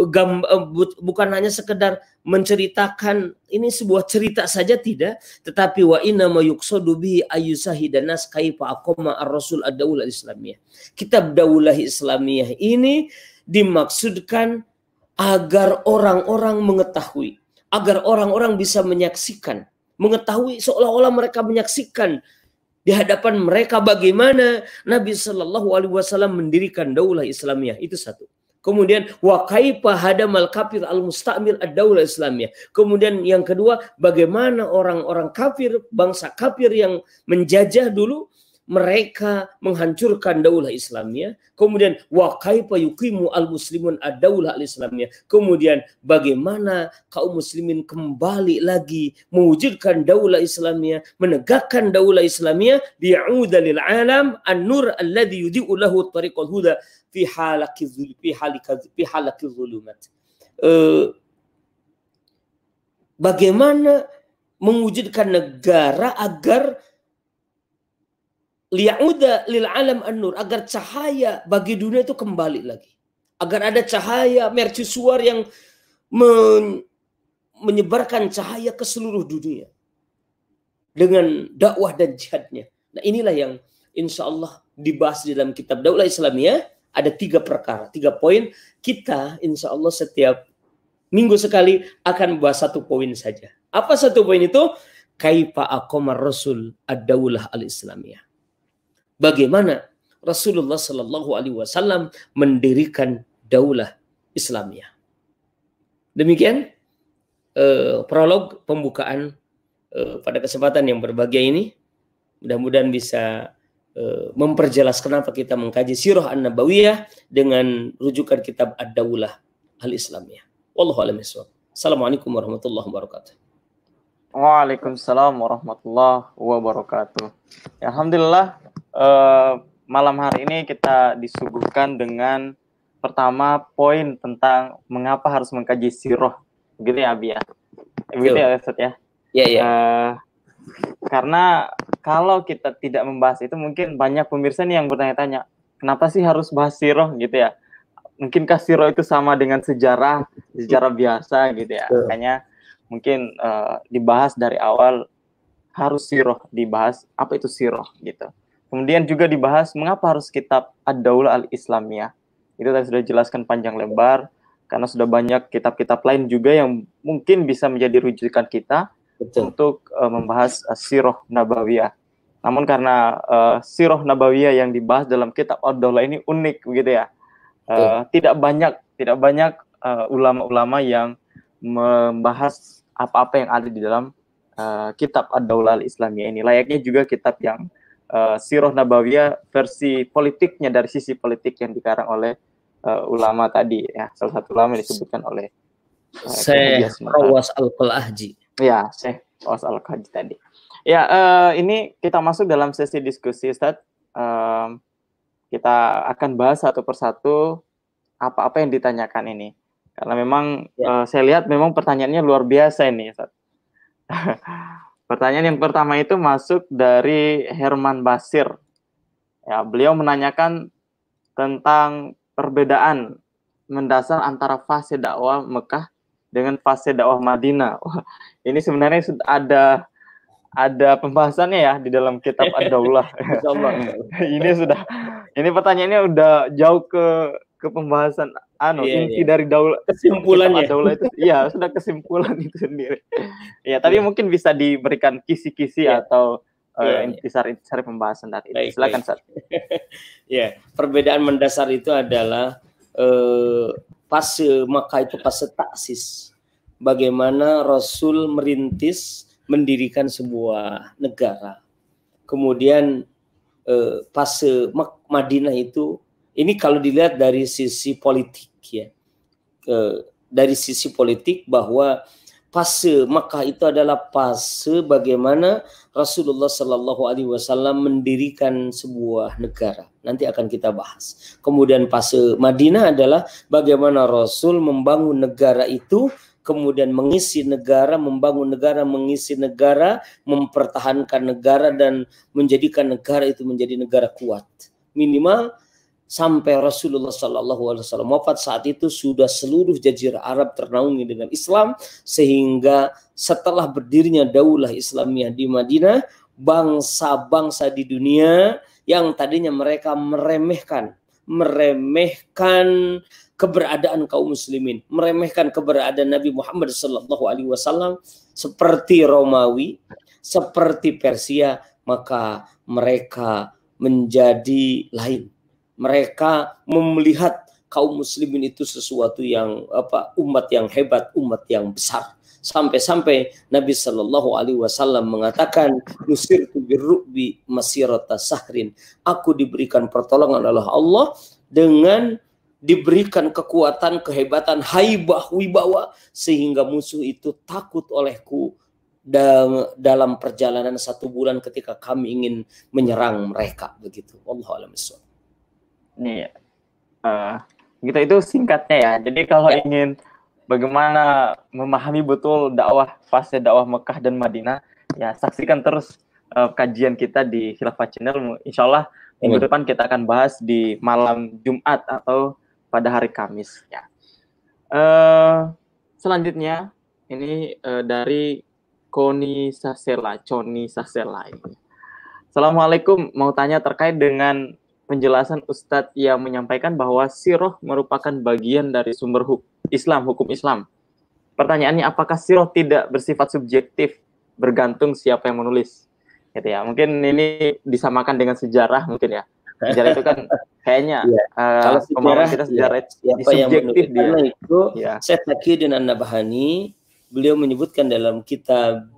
bukan hanya sekedar menceritakan ini sebuah cerita saja, tidak, tetapi wa inna ma yuqsadu bihi ayyusahidan nas kaifa aqama ar-rasul ad-daulah islamiyah. Kitab Daulah Islamiyah ini dimaksudkan agar orang-orang mengetahui, agar orang-orang bisa menyaksikan, mengetahui seolah-olah mereka menyaksikan di hadapan mereka bagaimana Nabi Sallallahu Alaihi Wasallam mendirikan Daulah Islamiyah. Itu satu. Kemudian wa kaifa hadamal kafir al-mustamil ad-daulah Islamiyah. Kemudian yang kedua, bagaimana orang-orang kafir, bangsa kafir yang menjajah dulu, mereka menghancurkan Daulah Islamiyah. Kemudian wa kaifa yuqimu al-muslimun ad-daulah al-Islamiyah. Kemudian bagaimana kaum muslimin kembali lagi mewujudkan Daulah Islamiyah, menegakkan Daulah Islamiyah, li'uda lil alam an-nur alladhi yudhi'u lahu tariqal huda fi halaki zulumat. Bagaimana mewujudkan negara agar liya'uda lil alam an-nur, agar cahaya bagi dunia itu kembali lagi, agar ada cahaya mercusuar yang menyebarkan cahaya ke seluruh dunia dengan dakwah dan jihadnya. Nah, inilah yang insya Allah dibahas di dalam kitab Daulah Islamiyah. Ada 3 perkara, 3 poin. Kita insya Allah setiap minggu sekali akan membahas 1 poin saja. Apa 1 poin itu? Kaifa aqama Rasul ad-daulah al-Islamiyah. Bagaimana Rasulullah Sallallahu Alaihi Wasallam mendirikan Daulah Islamiyah. Demikian prolog pembukaan pada kesempatan yang berbahagia ini. Mudah-mudahan bisa memperjelas kenapa kita mengkaji Sirah An-Nabawiyah dengan rujukan kitab Ad-Daulah Al-Islamiyah. Wallahu a'lam bishawab. Assalamualaikum warahmatullahi wabarakatuh. Waalaikumsalam warahmatullahi wabarakatuh. Ya, alhamdulillah, malam hari ini kita disuguhkan dengan pertama poin tentang mengapa harus mengkaji sirah. Begitu ya, Abi ya? Begitu ya, Ustaz ya? Iya. Karena kalau kita tidak membahas itu, mungkin banyak pemirsa nih yang bertanya-tanya, kenapa sih harus bahas sirah gitu ya? Mungkinkah sirah itu sama dengan sejarah biasa gitu ya? Makanya mungkin dibahas dari awal, harus siroh dibahas, apa itu siroh gitu. Kemudian juga dibahas mengapa harus kitab Ad-Daulah Al-Islamiyah. Itu tadi sudah dijelaskan panjang lebar, karena sudah banyak kitab-kitab lain juga yang mungkin bisa menjadi rujukan kita untuk membahas siroh Nabawiyah. Namun karena siroh Nabawiyah yang dibahas dalam kitab Ad-Daulah ini unik begitu ya. Tidak banyak ulama-ulama yang membahas apa-apa yang ada di dalam kitab Ad-Daulah Al-Islamiyah ini. Layaknya juga kitab yang Sirah Nabawiyah versi politiknya, dari sisi politik yang dikarang oleh ulama tadi ya. Salah satu ulama yang disebutkan oleh Syekh Rawas Al-Qal'ahji. Ya, Syekh Rawas Al-Qal'ahji tadi. Ya, ini kita masuk dalam sesi diskusi, Ustaz. Kita akan bahas satu persatu apa-apa yang ditanyakan ini. Karena memang saya lihat memang pertanyaannya luar biasa ini, Ustaz. Pertanyaan yang pertama itu masuk dari Herman Basir. Ya, beliau menanyakan tentang perbedaan mendasar antara fase dakwah Mekah dengan fase dakwah Madinah. Wah, ini sebenarnya sudah ada pembahasannya ya di dalam kitab Ad-Daulah. Ini pertanyaannya udah jauh ke pembahasan inti dari daulah, kesimpulannya daulah itu sudah kesimpulan itu sendiri. Ya, tapi mungkin bisa diberikan kisi-kisi atau intisari pembahasan dari itu. Silakan, Ustaz. Ya, perbedaan mendasar itu adalah fase Makkah itu fase taksis. Bagaimana Rasul mendirikan sebuah negara. Kemudian fase Madinah itu, ini kalau dilihat dari sisi politik ya, dari sisi politik bahwa fase Makkah itu adalah fase bagaimana Rasulullah Shallallahu Alaihi Wasallam mendirikan sebuah negara. Nanti akan kita bahas. Kemudian fase Madinah adalah bagaimana Rasul membangun negara itu, kemudian mengisi negara, membangun negara, mengisi negara, mempertahankan negara dan menjadikan negara itu menjadi negara kuat. Minimal sampai Rasulullah SAW wafat, saat itu sudah seluruh jazirah Arab ternaungi dengan Islam, sehingga setelah berdirinya Daulah Islamiyah di Madinah, bangsa-bangsa di dunia yang tadinya mereka meremehkan keberadaan kaum muslimin, meremehkan keberadaan Nabi Muhammad SAW, seperti Romawi, seperti Persia, maka mereka menjadi lain. Mereka melihat kaum muslimin itu sesuatu yang umat yang hebat, umat yang besar. Sampai-sampai Nabi Shallallahu Alaihi Wasallam mengatakan, nusirtu birru'bi masirata sahrin. Aku diberikan pertolongan oleh Allah dengan diberikan kekuatan, kehebatan, haibah, wibawa, sehingga musuh itu takut olehku dalam perjalanan 1 bulan ketika kami ingin menyerang mereka. Begitu. Wallahu a'lam bishawab. Nih, gitu itu singkatnya ya. Jadi kalau ingin bagaimana memahami betul fase dakwah Mekah dan Madinah, ya saksikan terus kajian kita di Khilafah Channel. Insya Allah minggu depan kita akan bahas di malam Jumat atau pada hari Kamis. Ya. Selanjutnya ini dari Coni Sasela ini. Assalamualaikum, mau tanya terkait dengan penjelasan Ustadz yang menyampaikan bahwa siroh merupakan bagian dari sumber hukum Islam. Pertanyaannya, apakah siroh tidak bersifat subjektif, bergantung siapa yang menulis? Gitu ya. Mungkin ini disamakan dengan sejarah mungkin ya. Sejarah itu kan kayaknya kalau sejarah subjektif dia. Karena itu Syekh Taqiyuddin An-Nabhani, beliau menyebutkan dalam kitab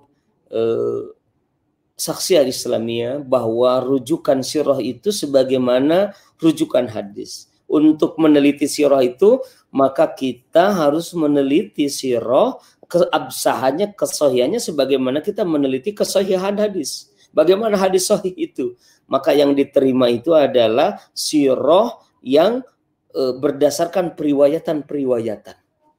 Saksi Al-Islamiyah bahwa rujukan sirah itu sebagaimana rujukan hadis. Untuk meneliti sirah itu, maka kita harus meneliti sirah, keabsahannya, kesahihannya sebagaimana kita meneliti kesahihan hadis. Bagaimana hadis sahih itu? Maka yang diterima itu adalah sirah yang berdasarkan periwayatan.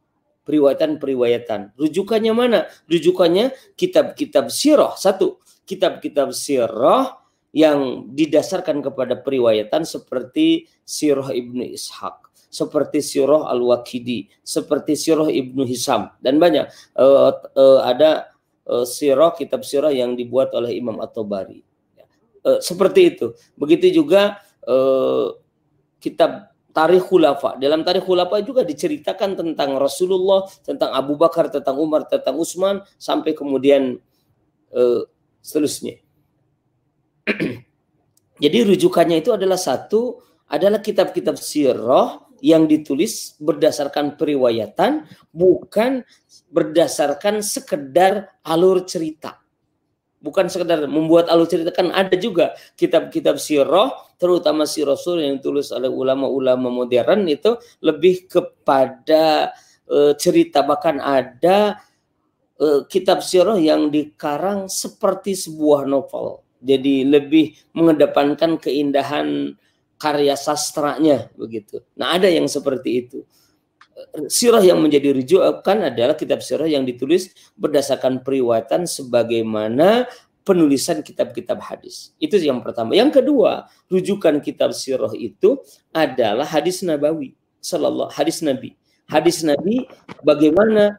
Rujukannya mana? Rujukannya kitab-kitab sirah. 1. Kitab-kitab sirah yang didasarkan kepada periwayatan seperti Sirah Ibnu Ishaq, seperti Sirah Al-Waqidi, seperti Sirah Ibnu Hisam, dan banyak. Ada kitab sirah yang dibuat oleh Imam At-Tabari. Seperti itu. Begitu juga kitab Tarikh Khulafa. Dalam Tarikh Khulafa juga diceritakan tentang Rasulullah, tentang Abu Bakar, tentang Umar, tentang Utsman, sampai kemudian seterusnya. Jadi rujukannya itu adalah kitab-kitab sirah yang ditulis berdasarkan periwayatan, bukan berdasarkan sekedar alur cerita. Bukan sekedar membuat alur cerita, kan ada juga kitab-kitab sirah, terutama sirah Rasul yang ditulis oleh ulama-ulama modern itu lebih kepada cerita. Bahkan ada kitab sirah yang dikarang seperti sebuah novel. Jadi lebih mengedepankan keindahan karya sastranya begitu. Nah, ada yang seperti itu. Sirah yang menjadi rujukan adalah kitab sirah yang ditulis berdasarkan periwayatan sebagaimana penulisan kitab-kitab hadis. Itu yang pertama. Yang kedua, rujukan kitab sirah itu adalah hadis nabawi, hadis Nabi. Hadis Nabi bagaimana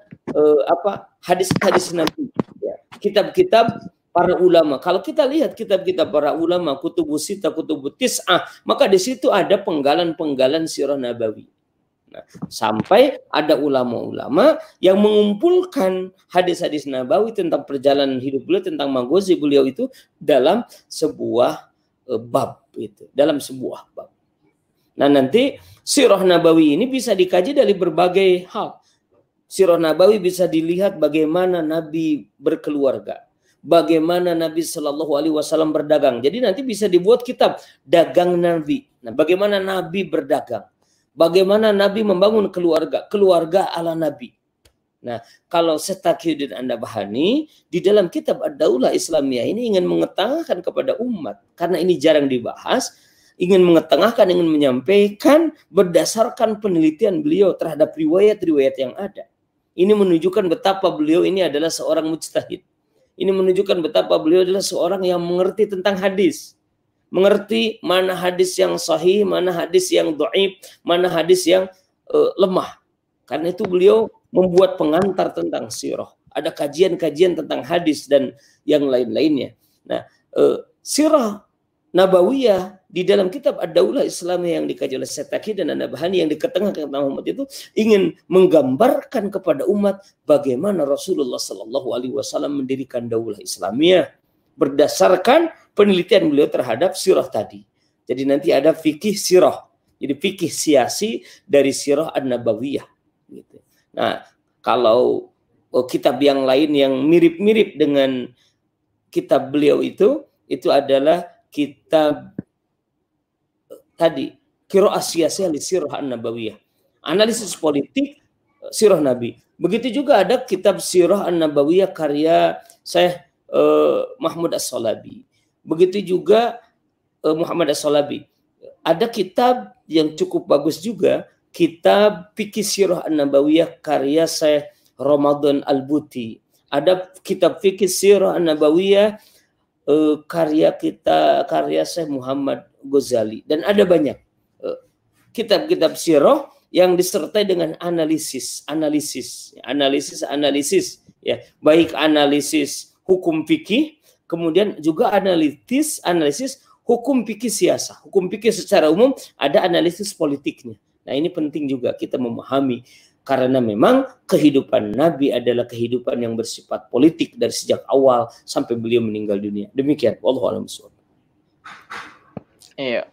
hadis-hadis Nabi. Ya. Kitab-kitab para ulama. Kalau kita lihat kitab-kitab para ulama, kutubus sita, kutubus tis'ah, maka di situ ada penggalan-penggalan sirah nabawi. Nah, sampai ada ulama-ulama yang mengumpulkan hadis-hadis nabawi tentang perjalanan hidup beliau, tentang maghazi beliau itu dalam sebuah bab itu, dalam sebuah bab. Nah, nanti sirah nabawi ini bisa dikaji dari berbagai hal. Sirah nabawi bisa dilihat bagaimana Nabi berkeluarga, bagaimana Nabi Shallallahu Alaihi Wasallam berdagang. Jadi nanti bisa dibuat kitab dagang Nabi. Nah, bagaimana Nabi berdagang, bagaimana Nabi membangun keluarga ala Nabi. Nah, kalau Taqiyuddin An-Nabhani di dalam kitab Ad-Daulah Islamiyah ini ingin mengetengahkan kepada umat, karena ini jarang dibahas, ingin mengetengahkan, ingin menyampaikan berdasarkan penelitian beliau terhadap riwayat-riwayat yang ada. Ini menunjukkan betapa beliau ini adalah seorang mujtahid. Ini menunjukkan betapa beliau adalah seorang yang mengerti tentang hadis. Mengerti mana hadis yang sahih, mana hadis yang dhaif, mana hadis yang lemah. Karena itu beliau membuat pengantar tentang sirah. Ada kajian-kajian tentang hadis dan yang lain-lainnya. Nah, sirah nabawiyah di dalam kitab Ad-Daulah Islamiyah yang dikaji oleh Taqiyuddin An-Nabhani yang diketengahkan kepada umat itu ingin menggambarkan kepada umat bagaimana Rasulullah Sallallahu Alaihi Wasallam mendirikan Daulah Islamiyah berdasarkan penelitian beliau terhadap sirah tadi. Jadi nanti ada fikih sirah, jadi fikih siasi dari sirah An-Nabawiyah. Gitu. Nah, kalau kitab yang lain yang mirip-mirip dengan kitab beliau itu adalah kitab tadi qiraah siyasiyah li sirah An-Nabawiyah, analisis politik sirah Nabi. Begitu juga ada kitab sirah An-Nabawiyah karya Syekh Mahmud As-Shalabi. Begitu juga Muhammad As-Shalabi. Ada kitab yang cukup bagus juga, kitab Fikih Sirah An-Nabawiyah karya Syekh Ramadan Al-Buti. Ada kitab Fikih Sirah An-Nabawiyah karya Syekh Muhammad Ghazali, dan ada banyak kitab-kitab sirah yang disertai dengan analisis ya, baik analisis hukum fikih, kemudian juga analisis hukum fikih siasah, hukum fikih secara umum, ada analisis politiknya. Nah, ini penting juga kita memahami, karena memang kehidupan Nabi adalah kehidupan yang bersifat politik dari sejak awal sampai beliau meninggal dunia. Demikian, wallahu a'lam bishawab. Iya.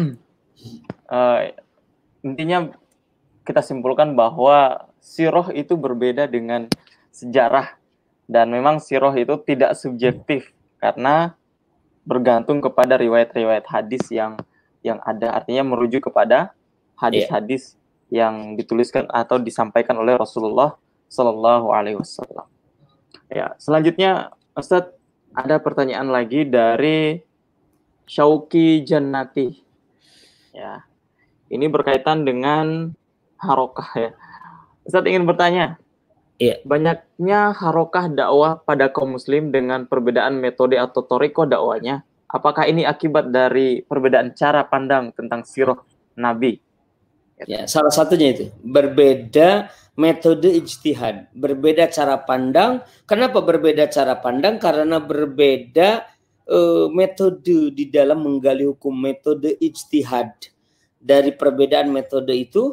Intinya kita simpulkan bahwa sirah itu berbeda dengan sejarah, dan memang sirah itu tidak subjektif karena bergantung kepada riwayat-riwayat hadis yang ada, artinya merujuk kepada hadis-hadis yang dituliskan atau disampaikan oleh Rasulullah Sallallahu Alaihi Wasallam. Ya, selanjutnya Ustadz, ada pertanyaan lagi dari Syauki Jannati. Ya, ini berkaitan dengan harokah ya. Ustadz ingin bertanya, banyaknya harokah dakwah pada kaum muslim dengan perbedaan metode atau thariqah dakwahnya. Apakah ini akibat dari perbedaan cara pandang tentang sirah Nabi? Ya, salah satunya itu berbeda metode ijtihad, berbeda cara pandang. Kenapa berbeda cara pandang? Karena berbeda metode di dalam menggali hukum, metode ijtihad. Dari perbedaan metode itu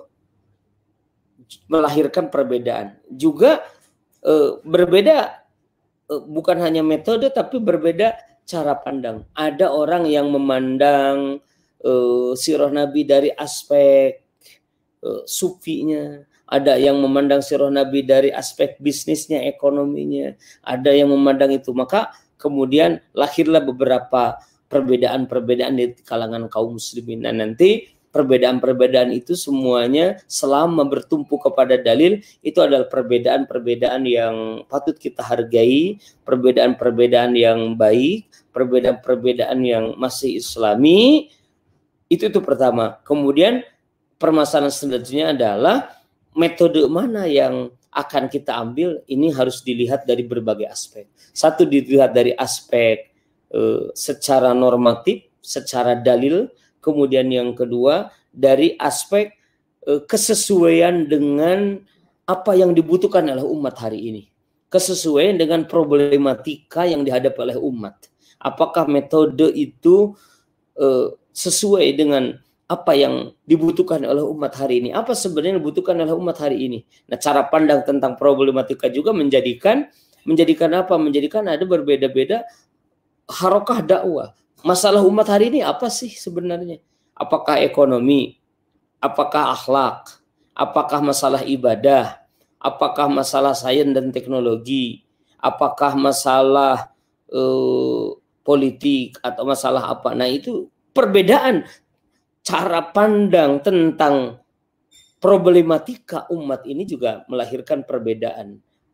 melahirkan perbedaan. Juga berbeda bukan hanya metode tapi berbeda cara pandang. Ada orang yang memandang sirah Nabi dari aspek sufinya, ada yang memandang sirah Nabi dari aspek bisnisnya, ekonominya, ada yang memandang itu. Maka kemudian lahirlah beberapa perbedaan-perbedaan di kalangan kaum muslimin. Dan nanti perbedaan-perbedaan itu semuanya selama bertumpu kepada dalil itu adalah perbedaan-perbedaan yang patut kita hargai, perbedaan-perbedaan yang baik, perbedaan-perbedaan yang masih islami. Itu pertama. Kemudian permasalahan selanjutnya adalah metode mana yang akan kita ambil. Ini harus dilihat dari berbagai aspek. Satu, dilihat dari aspek secara normatif, secara dalil. Kemudian yang kedua dari aspek kesesuaian dengan apa yang dibutuhkan oleh umat hari ini. Kesesuaian dengan problematika yang dihadapi oleh umat. Apakah metode itu sesuai dengan apa yang dibutuhkan oleh umat hari ini? Apa sebenarnya yang dibutuhkan oleh umat hari ini? Nah, cara pandang tentang problematika juga menjadikan apa? Menjadikan ada berbeda-beda harokah dakwah. Masalah umat hari ini apa sih sebenarnya? Apakah ekonomi? Apakah akhlak? Apakah masalah ibadah? Apakah masalah sains dan teknologi? Apakah masalah politik atau masalah apa? Nah, itu perbedaan cara pandang tentang problematika umat ini juga melahirkan perbedaan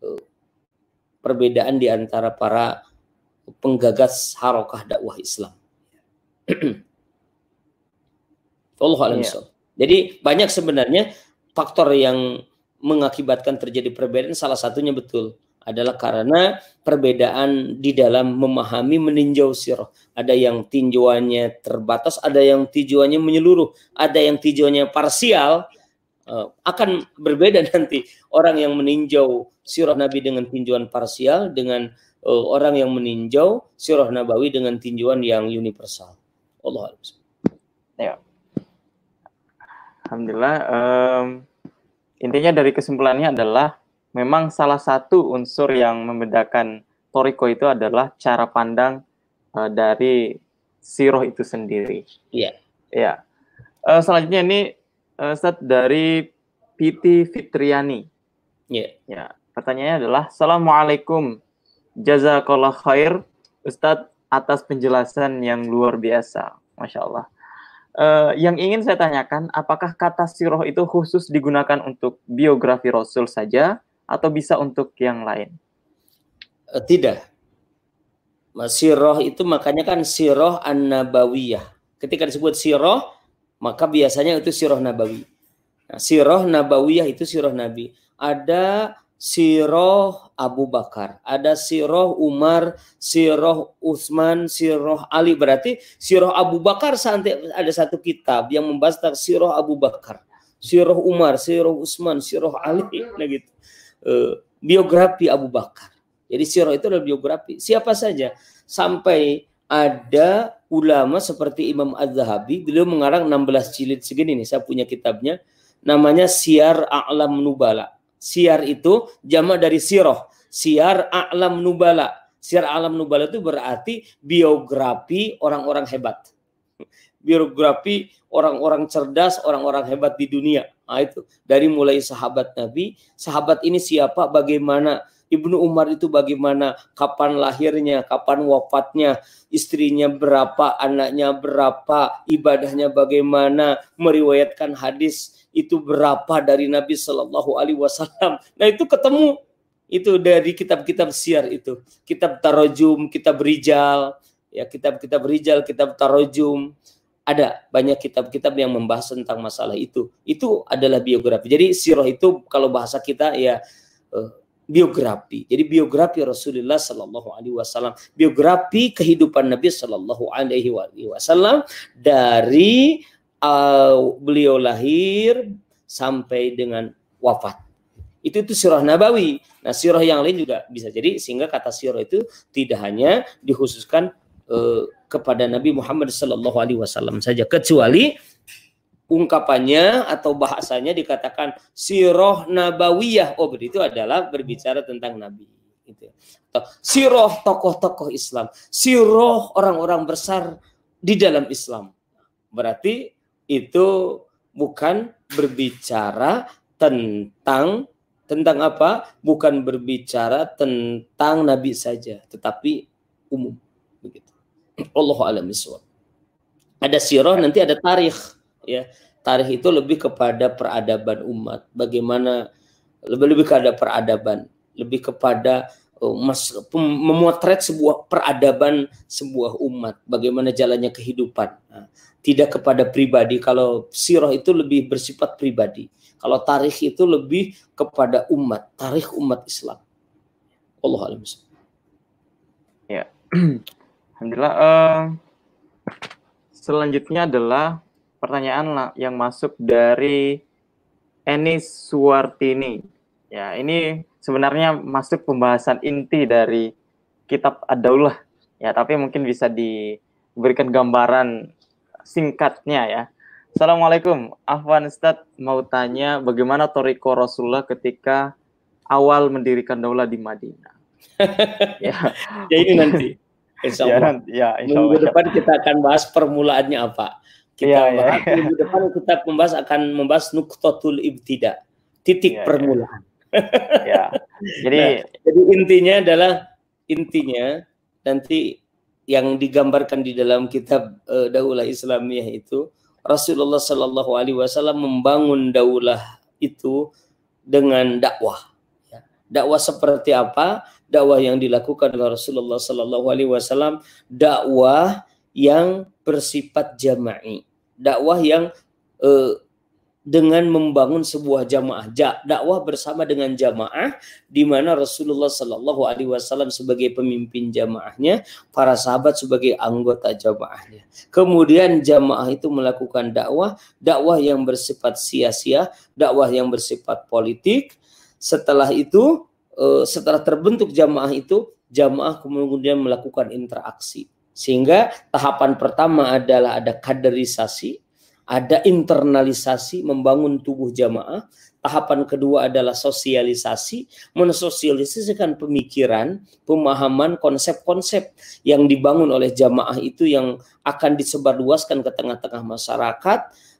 di antara para penggagas harokah dakwah Islam. Jadi banyak sebenarnya faktor yang mengakibatkan terjadi perbedaan. Salah satunya betul adalah karena perbedaan di dalam memahami meninjau sirah. Ada yang tinjauannya terbatas, ada yang tinjauannya menyeluruh, ada yang tinjauannya parsial. Akan berbeda nanti orang yang meninjau sirah Nabi dengan tinjauan parsial dengan orang yang meninjau sirah Nabawi dengan tinjauan yang universal. Allah. Ya. Alhamdulillah. Intinya dari kesimpulannya adalah memang salah satu unsur yang membedakan Thariqah itu adalah cara pandang dari sirah itu sendiri. Iya. Ya. Selanjutnya ini Ustaz dari Piti Fitriani. Iya. Ya. Pertanyaannya adalah, Assalamualaikum, jazakallah khair Ustaz atas penjelasan yang luar biasa. Masya Allah. Yang ingin saya tanyakan, apakah kata sirah itu khusus digunakan untuk biografi Rasul saja atau bisa untuk yang lain? Tidak. Sirah itu makanya kan sirah an-nabawiyah. Ketika disebut sirah, maka biasanya itu sirah nabawi. Nah, sirah nabawiyah itu sirah Nabi. Ada sirah Abu Bakar, ada sirah Umar, sirah Utsman, sirah Ali. Berarti sirah Abu Bakar sampai ada satu kitab yang membahas tentang sirah Abu Bakar, sirah Umar, sirah Utsman, sirah Ali. Nah gitu. Biografi Abu Bakar. Jadi sirah itu adalah biografi siapa saja. Sampai ada ulama seperti Imam Az-Zahabi, beliau mengarang 16 jilid segini nih, saya punya kitabnya, namanya Syiar A'lam Nubala. Syiar itu jamak dari sirah. Syiar A'lam Nubala. Syiar A'lam Nubala itu berarti biografi orang-orang hebat. Biografi orang-orang cerdas, orang-orang hebat di dunia. Nah, itu dari mulai sahabat Nabi, sahabat ini siapa, bagaimana, Ibnu Umar itu bagaimana, kapan lahirnya, kapan wafatnya, istrinya berapa, anaknya berapa, ibadahnya bagaimana, meriwayatkan hadis itu berapa dari Nabi Shallallahu Alaihi Wasallam. Nah itu ketemu itu dari kitab-kitab syiar itu, kitab tarojum, kitab rijal, ya kitab-kitab rijal, kitab tarojum. Ada banyak kitab-kitab yang membahas tentang masalah itu. Itu adalah biografi. Jadi sirah itu kalau bahasa kita ya biografi. Jadi biografi Rasulullah Sallallahu Alaihi Wasallam, biografi kehidupan Nabi Sallallahu Alaihi Wasallam dari beliau lahir sampai dengan wafat. Itu sirah nabawi. Nah, sirah yang lain juga bisa jadi, sehingga kata sirah itu tidak hanya dikhususkan kepada Nabi Muhammad SAW saja, kecuali ungkapannya atau bahasanya dikatakan sirah nabawiyah. Oh, itu adalah berbicara tentang Nabi. Gitu. Sirah tokoh-tokoh Islam, sirah orang-orang besar di dalam Islam. Berarti itu bukan berbicara tentang apa? Bukan berbicara tentang Nabi saja, tetapi umum. Begitu. Allahu a'lam bishawab. Ada sirah, nanti ada tarikh. Ya, tarikh itu lebih kepada peradaban umat. Bagaimana lebih kepada peradaban, lebih kepada memotret sebuah peradaban sebuah umat, bagaimana jalannya kehidupan. Nah, tidak kepada pribadi. Kalau sirah itu lebih bersifat pribadi. Kalau tarikh itu lebih kepada umat, tarikh umat Islam. Allahu a'lam bishawab. Ya, alhamdulillah. Selanjutnya adalah pertanyaan yang masuk dari Enis Suwartini. Ya, ini sebenarnya masuk pembahasan inti dari kitab Ad-Daulah. Ya, tapi mungkin bisa diberikan gambaran singkatnya ya. Assalamualaikum, Afwan Ustadz mau tanya bagaimana Thariqah Rasulullah ketika awal mendirikan daulah di Madinah. Ya ini nanti. Insya Allah. Minggu depan kita akan bahas permulaannya apa. Minggu depan kita akan membahas nuqtatul ibtida, titik permulaan. Jadi intinya nanti yang digambarkan di dalam kitab Daulah Islamiyah itu Rasulullah Shallallahu Alaihi Wasallam membangun daulah itu dengan dakwah. Dakwah seperti apa? Dakwah yang dilakukan oleh Rasulullah Shallallahu Alaihi Wasallam, dakwah yang bersifat jama'i, dakwah yang dengan membangun sebuah jamaah, dakwah bersama dengan jamaah, di mana Rasulullah Shallallahu Alaihi Wasallam sebagai pemimpin jamaahnya, para sahabat sebagai anggota jamaahnya. Kemudian jamaah itu melakukan dakwah yang bersifat sia-sia, dakwah yang bersifat politik. Setelah itu, setelah terbentuk jamaah itu, jamaah kemudian melakukan interaksi. Sehingga tahapan pertama adalah ada kaderisasi, ada internalisasi, membangun tubuh jamaah. Tahapan kedua adalah sosialisasi, mensosialisasikan pemikiran, pemahaman, konsep-konsep yang dibangun oleh jamaah itu yang akan disebarluaskan ke tengah-tengah masyarakat.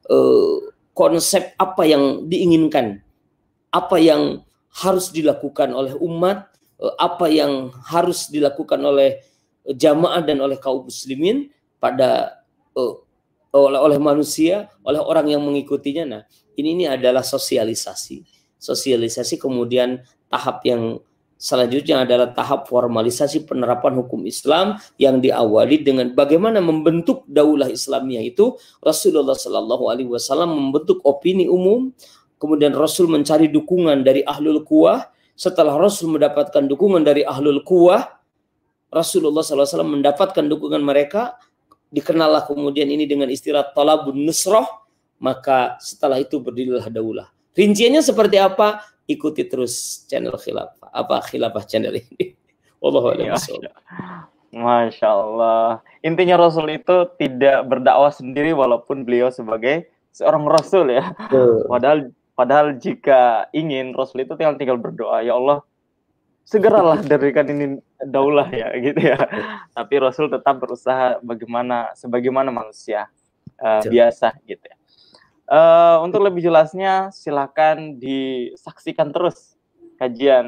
Konsep apa yang diinginkan, apa yang harus dilakukan oleh umat, apa yang harus dilakukan oleh jamaah dan oleh kaum muslimin pada oleh manusia, oleh orang yang mengikutinya. Nah, ini adalah sosialisasi. Sosialisasi, kemudian tahap yang selanjutnya adalah tahap formalisasi penerapan hukum Islam yang diawali dengan bagaimana membentuk daulah Islamiyah itu. Rasulullah Shallallahu Alaihi Wasallam membentuk opini umum, kemudian Rasul mencari dukungan dari ahlul quwah. Setelah Rasul mendapatkan dukungan dari ahlul quwah, Rasulullah SAW mendapatkan dukungan mereka. Dikenallah kemudian ini dengan istilah talabun nusrah, maka setelah itu berdirilah daulah. Rinciannya seperti apa? Ikuti terus channel Khilafah channel ini. Wallahu a'lam bishawab. Masya Allah. Intinya Rasul itu tidak berdakwah sendiri walaupun beliau sebagai seorang Rasul ya. Padahal jika ingin Rasul itu tinggal berdoa, ya Allah, segeralah dirikan ini daulah ya gitu ya. Tapi Rasul tetap berusaha sebagaimana manusia biasa gitu ya. Untuk lebih jelasnya silakan disaksikan terus kajian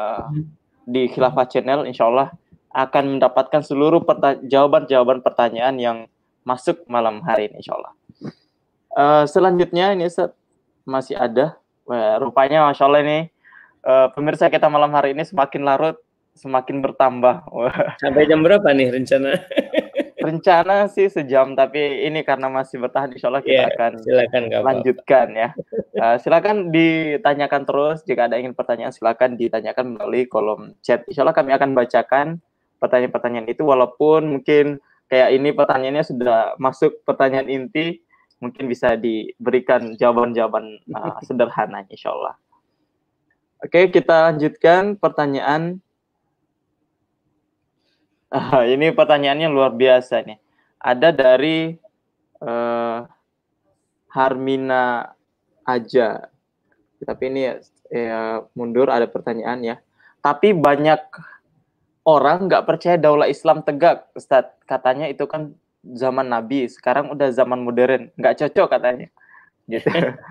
di Khilafah Channel. Insya Allah akan mendapatkan seluruh jawaban pertanyaan yang masuk malam hari ini insya Allah. Selanjutnya ini masih ada. Rupanya Masya Allah ini pemirsa kita malam hari ini semakin larut, semakin bertambah. Sampai jam berapa nih rencana? Rencana sih sejam, tapi ini karena masih bertahan, insya Allah kita akan lanjutkan ya. Silakan ditanyakan terus, jika ada ingin pertanyaan silakan ditanyakan melalui kolom chat. Insya Allah kami akan bacakan pertanyaan-pertanyaan itu, walaupun mungkin kayak ini pertanyaannya sudah masuk pertanyaan inti, Mungkin bisa diberikan jawaban-jawaban sederhana, insya Allah. Oke, kita lanjutkan pertanyaan. Ini pertanyaannya luar biasa nih. Ada dari Harmina Aja. Tapi ini ya, mundur, ada pertanyaan ya. Tapi banyak orang nggak percaya daulah Islam tegak, Ustadz. Katanya itu kan zaman Nabi, sekarang udah zaman modern, nggak cocok katanya. Gitu.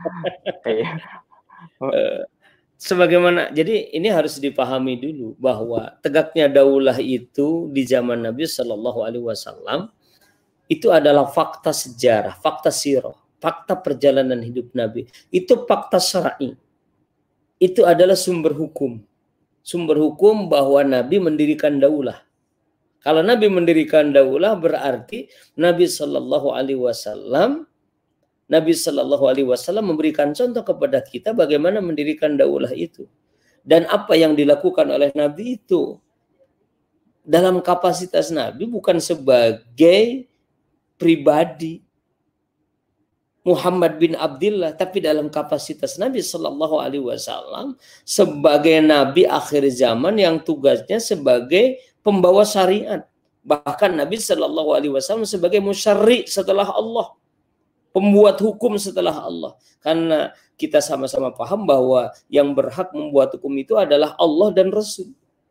Sebagaimana, jadi ini harus dipahami dulu bahwa tegaknya daulah itu di zaman Nabi Shallallahu Alaihi Wasallam itu adalah fakta sejarah, fakta sirah, fakta perjalanan hidup Nabi. Itu fakta syar'i. Itu adalah sumber hukum bahwa Nabi mendirikan daulah. Kalau Nabi mendirikan daulah berarti Nabi Shallallahu Alaihi Wasallam memberikan contoh kepada kita bagaimana mendirikan daulah itu dan apa yang dilakukan oleh Nabi itu dalam kapasitas Nabi, bukan sebagai pribadi Muhammad bin Abdullah, tapi dalam kapasitas Nabi Shallallahu Alaihi Wasallam sebagai Nabi akhir zaman yang tugasnya sebagai pembawa syariat. Bahkan Nabi Shallallahu Alaihi Wasallam sebagai musyarri setelah Allah, pembuat hukum setelah Allah. Karena kita sama-sama paham bahwa yang berhak membuat hukum itu adalah Allah dan Rasul.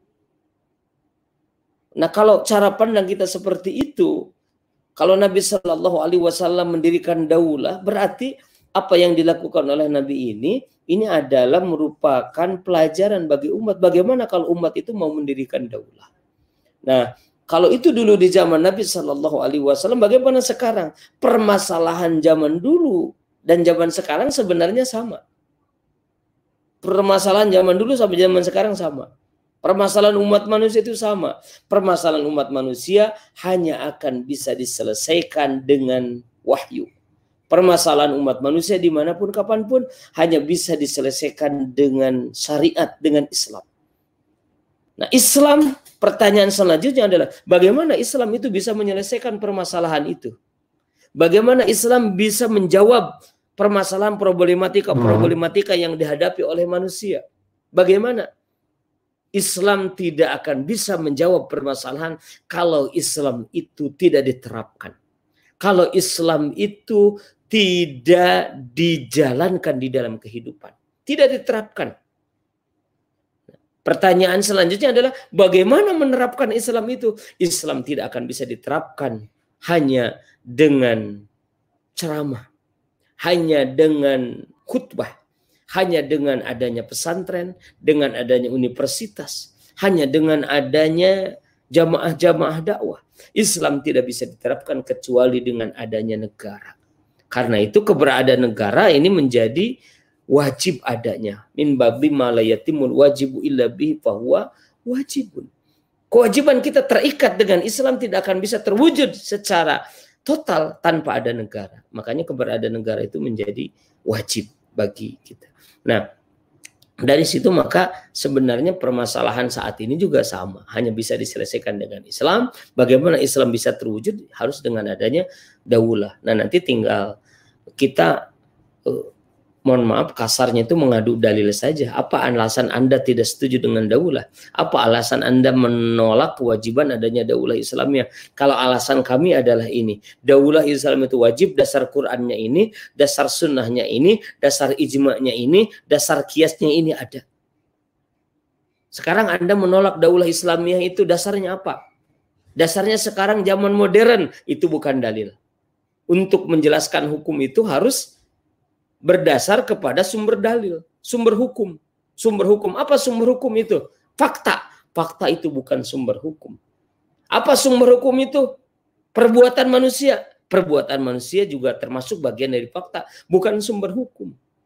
Nah, kalau cara pandang kita seperti itu, kalau Nabi Shallallahu Alaihi Wasallam mendirikan daulah, berarti apa yang dilakukan oleh Nabi ini adalah merupakan pelajaran bagi umat. Bagaimana kalau umat itu mau mendirikan daulah? Nah, kalau itu dulu di zaman Nabi Shallallahu Alaihi Wasallam, bagaimana sekarang? Permasalahan zaman dulu dan zaman sekarang sebenarnya sama. Permasalahan zaman dulu sampai zaman sekarang sama. Permasalahan umat manusia itu sama. Permasalahan umat manusia hanya akan bisa diselesaikan dengan wahyu. Permasalahan umat manusia dimanapun, kapanpun, hanya bisa diselesaikan dengan syariat, dengan Islam. Nah, Islam, pertanyaan selanjutnya adalah bagaimana Islam itu bisa menyelesaikan permasalahan itu? Bagaimana Islam bisa menjawab permasalahan problematika yang dihadapi oleh manusia? Bagaimana? Islam tidak akan bisa menjawab permasalahan kalau Islam itu tidak diterapkan. Kalau Islam itu tidak dijalankan di dalam kehidupan. Tidak diterapkan. Pertanyaan selanjutnya adalah bagaimana menerapkan Islam itu? Islam tidak akan bisa diterapkan hanya dengan ceramah. Hanya dengan khutbah. Hanya dengan adanya pesantren, dengan adanya universitas, hanya dengan adanya jamaah-jamaah dakwah. Islam tidak bisa diterapkan kecuali dengan adanya negara. Karena itu keberadaan negara ini menjadi wajib adanya. Min babi ma la yatimul wajibu illa bihi fahuwa wajibun. Kewajiban kita terikat dengan Islam tidak akan bisa terwujud secara total tanpa ada negara. Makanya keberadaan negara itu menjadi wajib bagi kita. Nah, dari situ maka sebenarnya permasalahan saat ini juga sama. Hanya bisa diselesaikan dengan Islam. Bagaimana Islam bisa terwujud? Harus dengan adanya daulah. Nah, nanti tinggal kita, mohon maaf kasarnya itu mengadu dalil saja. Apa alasan Anda tidak setuju dengan daulah? Apa alasan Anda menolak kewajiban adanya daulah Islamiyah? Kalau alasan kami adalah ini. Daulah Islam itu wajib, dasar Qur'annya ini, dasar sunnahnya ini, dasar ijma'nya ini, dasar kiasnya ini ada. Sekarang Anda menolak daulah Islamiyah itu dasarnya apa? Dasarnya sekarang zaman modern, itu bukan dalil. Untuk menjelaskan hukum itu harus berdasar kepada sumber dalil, sumber hukum. Sumber hukum, apa sumber hukum itu? Fakta. Fakta itu bukan sumber hukum. Apa sumber hukum itu? Perbuatan manusia. Perbuatan manusia juga termasuk bagian dari fakta, bukan sumber hukum.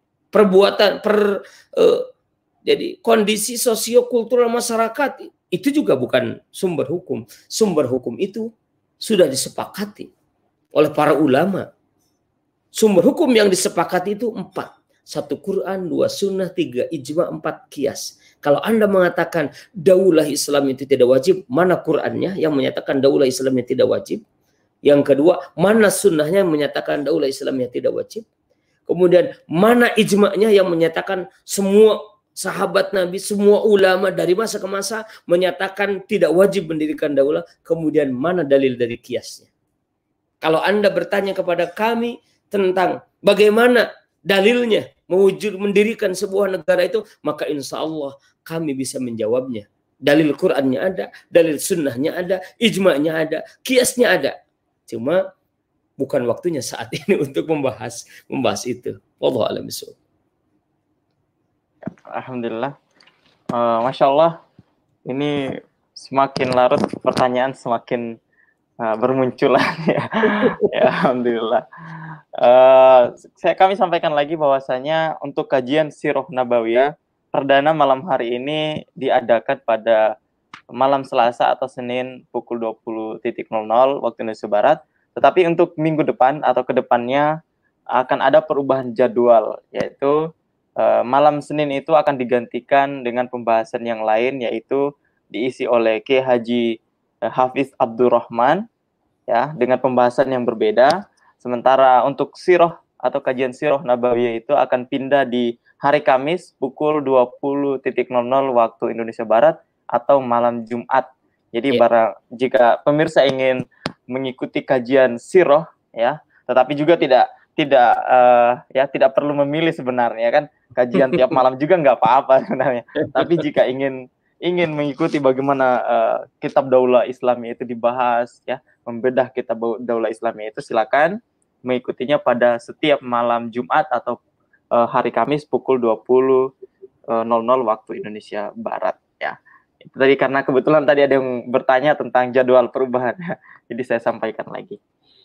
Jadi kondisi sosiokultural masyarakat itu juga bukan sumber hukum. Sumber hukum itu sudah disepakati oleh para ulama. Sumber hukum yang disepakati itu 4. 1 Quran, 2 sunnah, 3 ijma, 4 kias. Kalau Anda mengatakan daulah Islam itu tidak wajib, mana Qurannya yang menyatakan daulah Islam itu tidak wajib? Yang kedua, mana sunnahnya yang menyatakan daulah Islamiyah tidak wajib. Kemudian mana ijma'nya yang menyatakan semua sahabat Nabi, semua ulama dari masa ke masa menyatakan tidak wajib mendirikan daulah. Kemudian mana dalil dari kiasnya. Kalau Anda bertanya kepada kami tentang bagaimana dalilnya mendirikan sebuah negara itu, maka insya Allah kami bisa menjawabnya. Dalil Qur'annya ada, dalil sunnahnya ada, ijma'nya ada, kiasnya ada. Cuma bukan waktunya saat ini untuk membahas itu. Wallahu a'lam bishawab. Alhamdulillah. Masya Allah, ini semakin larut pertanyaan semakin bermunculan ya. Ya, alhamdulillah. Kami sampaikan lagi bahwasanya untuk kajian Sirah Nabawiyah perdana malam hari ini diadakan pada malam Selasa atau Senin pukul 20.00 waktu Indonesia Barat. Tetapi untuk minggu depan atau kedepannya akan ada perubahan jadwal, yaitu malam Senin itu akan digantikan dengan pembahasan yang lain, yaitu diisi oleh Kiai Haji Hafiz Abdurrahman, ya, dengan pembahasan yang berbeda. Sementara untuk sirah atau kajian Sirah Nabawiyah itu akan pindah di hari Kamis pukul 20.00 waktu Indonesia Barat atau malam Jumat. Jadi jika pemirsa ingin mengikuti kajian sirah, ya, tetapi juga tidak perlu memilih sebenarnya, kan kajian tiap malam juga nggak apa-apa sebenarnya. Tapi jika ingin mengikuti bagaimana kitab Daulah Islamiyah itu dibahas, ya, membedah kitab Daulah Islamiyah itu, silakan mengikutinya pada setiap malam Jumat atau hari Kamis pukul 20.00 waktu Indonesia Barat, ya. Itu tadi karena kebetulan tadi ada yang bertanya tentang jadwal perubahan, jadi saya sampaikan lagi.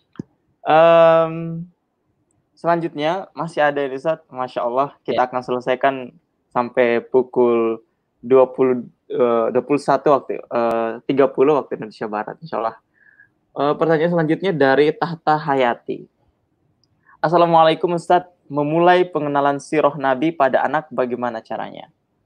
Selanjutnya masih ada Ustaz, Masya Allah, kita akan selesaikan sampai pukul 21 waktu 30 waktu Indonesia Barat, Insya Allah. Pertanyaan selanjutnya dari Tahta Hayati. Assalamualaikum Ustaz, memulai pengenalan sirah Nabi pada anak bagaimana caranya?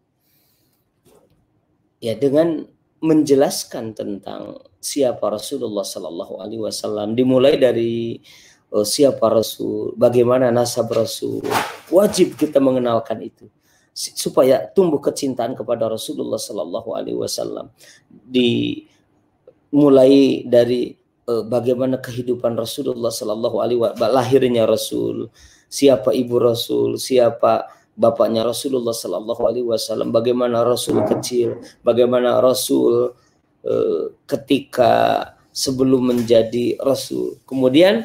Ya, dengan menjelaskan tentang siapa Rasulullah Sallallahu Alaihi Wasallam, dimulai dari siapa Rasul, bagaimana nasab Rasul, wajib kita mengenalkan itu supaya tumbuh kecintaan kepada Rasulullah Sallallahu Alaihi Wasallam. Dimulai dari bagaimana kehidupan Rasulullah Sallallahu Alaihi Wasallam, lahirnya Rasul, siapa ibu Rasul, siapa bapaknya Rasulullah Sallallahu Alaihi Wasallam, bagaimana Rasul kecil, bagaimana Rasul ketika sebelum menjadi Rasul. Kemudian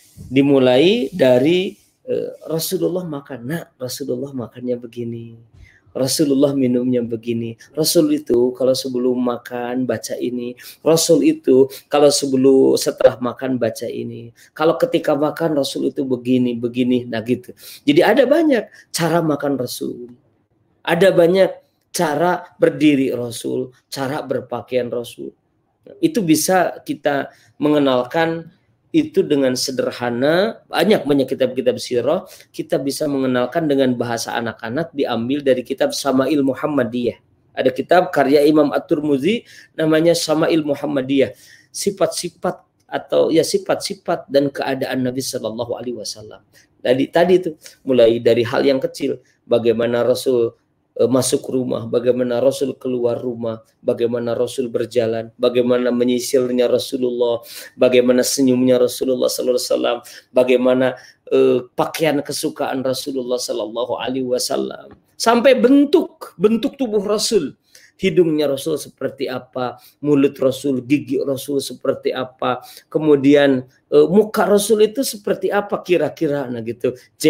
dimulai dari Rasulullah makan, Rasulullah makannya begini, Rasulullah minumnya begini, Rasul itu kalau sebelum makan baca ini, Rasul itu kalau setelah makan baca ini, kalau ketika makan Rasul itu begini, nah gitu. Jadi ada banyak cara makan Rasul, ada banyak cara berdiri Rasul, cara berpakaian Rasul. Itu bisa kita mengenalkan itu dengan sederhana. Banyak kitab-kitab sirah kita bisa mengenalkan dengan bahasa anak-anak, diambil dari kitab Sama'il Muhammadiyah. Ada kitab karya Imam At-Tirmidzi namanya Sama'il Muhammadiyah, sifat-sifat atau ya sifat-sifat dan keadaan Nabi Sallallahu Alaihi Wasallam. Tadi itu mulai dari hal yang kecil, bagaimana Rasul masuk rumah, bagaimana Rasul keluar rumah, bagaimana Rasul berjalan, bagaimana menyisirnya Rasulullah, bagaimana senyumnya Rasulullah Sallallahu Alaihi Wasallam, bagaimana pakaian kesukaan Rasulullah Sallallahu Alaihi Wasallam, sampai bentuk tubuh Rasul. Hidungnya Rasul seperti apa, mulut Rasul, gigi Rasul seperti apa, kemudian muka Rasul itu seperti apa kira-kira, nah gitu,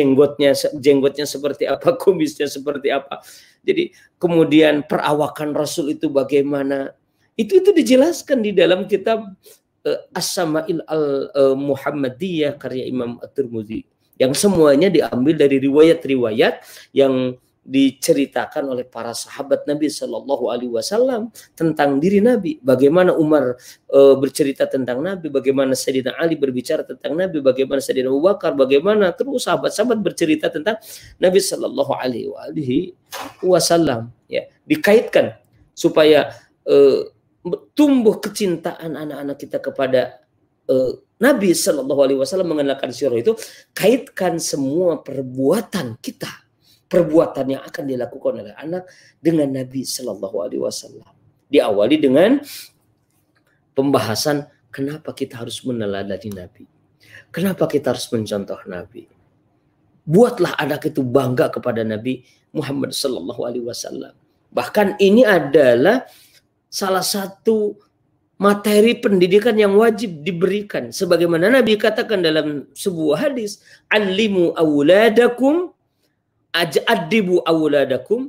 jenggotnya seperti apa, kumisnya seperti apa. Jadi kemudian perawakan Rasul itu bagaimana, itu dijelaskan di dalam kitab As-Sama'il Muhammadiyah karya Imam At-Tirmidzi, yang semuanya diambil dari riwayat-riwayat yang diceritakan oleh para sahabat Nabi Sallallahu Alaihi Wasallam tentang diri Nabi. Bagaimana Umar bercerita tentang Nabi, bagaimana Sayyidina Ali berbicara tentang Nabi, bagaimana Sayyidina Abu Bakar, bagaimana terus sahabat-sahabat bercerita tentang Nabi Sallallahu Alaihi Wasallam. Ya, dikaitkan supaya tumbuh kecintaan anak-anak kita kepada Nabi Shallallahu Alaihi Wasallam mengenalkan sirah itu, kaitkan semua perbuatan kita, perbuatan yang akan dilakukan oleh anak dengan Nabi Shallallahu Alaihi Wasallam. Diawali dengan pembahasan kenapa kita harus meneladani Nabi, kenapa kita harus mencontoh Nabi. Buatlah anak itu bangga kepada Nabi Muhammad Shallallahu Alaihi Wasallam. Bahkan ini adalah salah satu materi pendidikan yang wajib diberikan. Sebagaimana Nabi katakan dalam sebuah hadis, "Allimu awladakum, adibu awladakum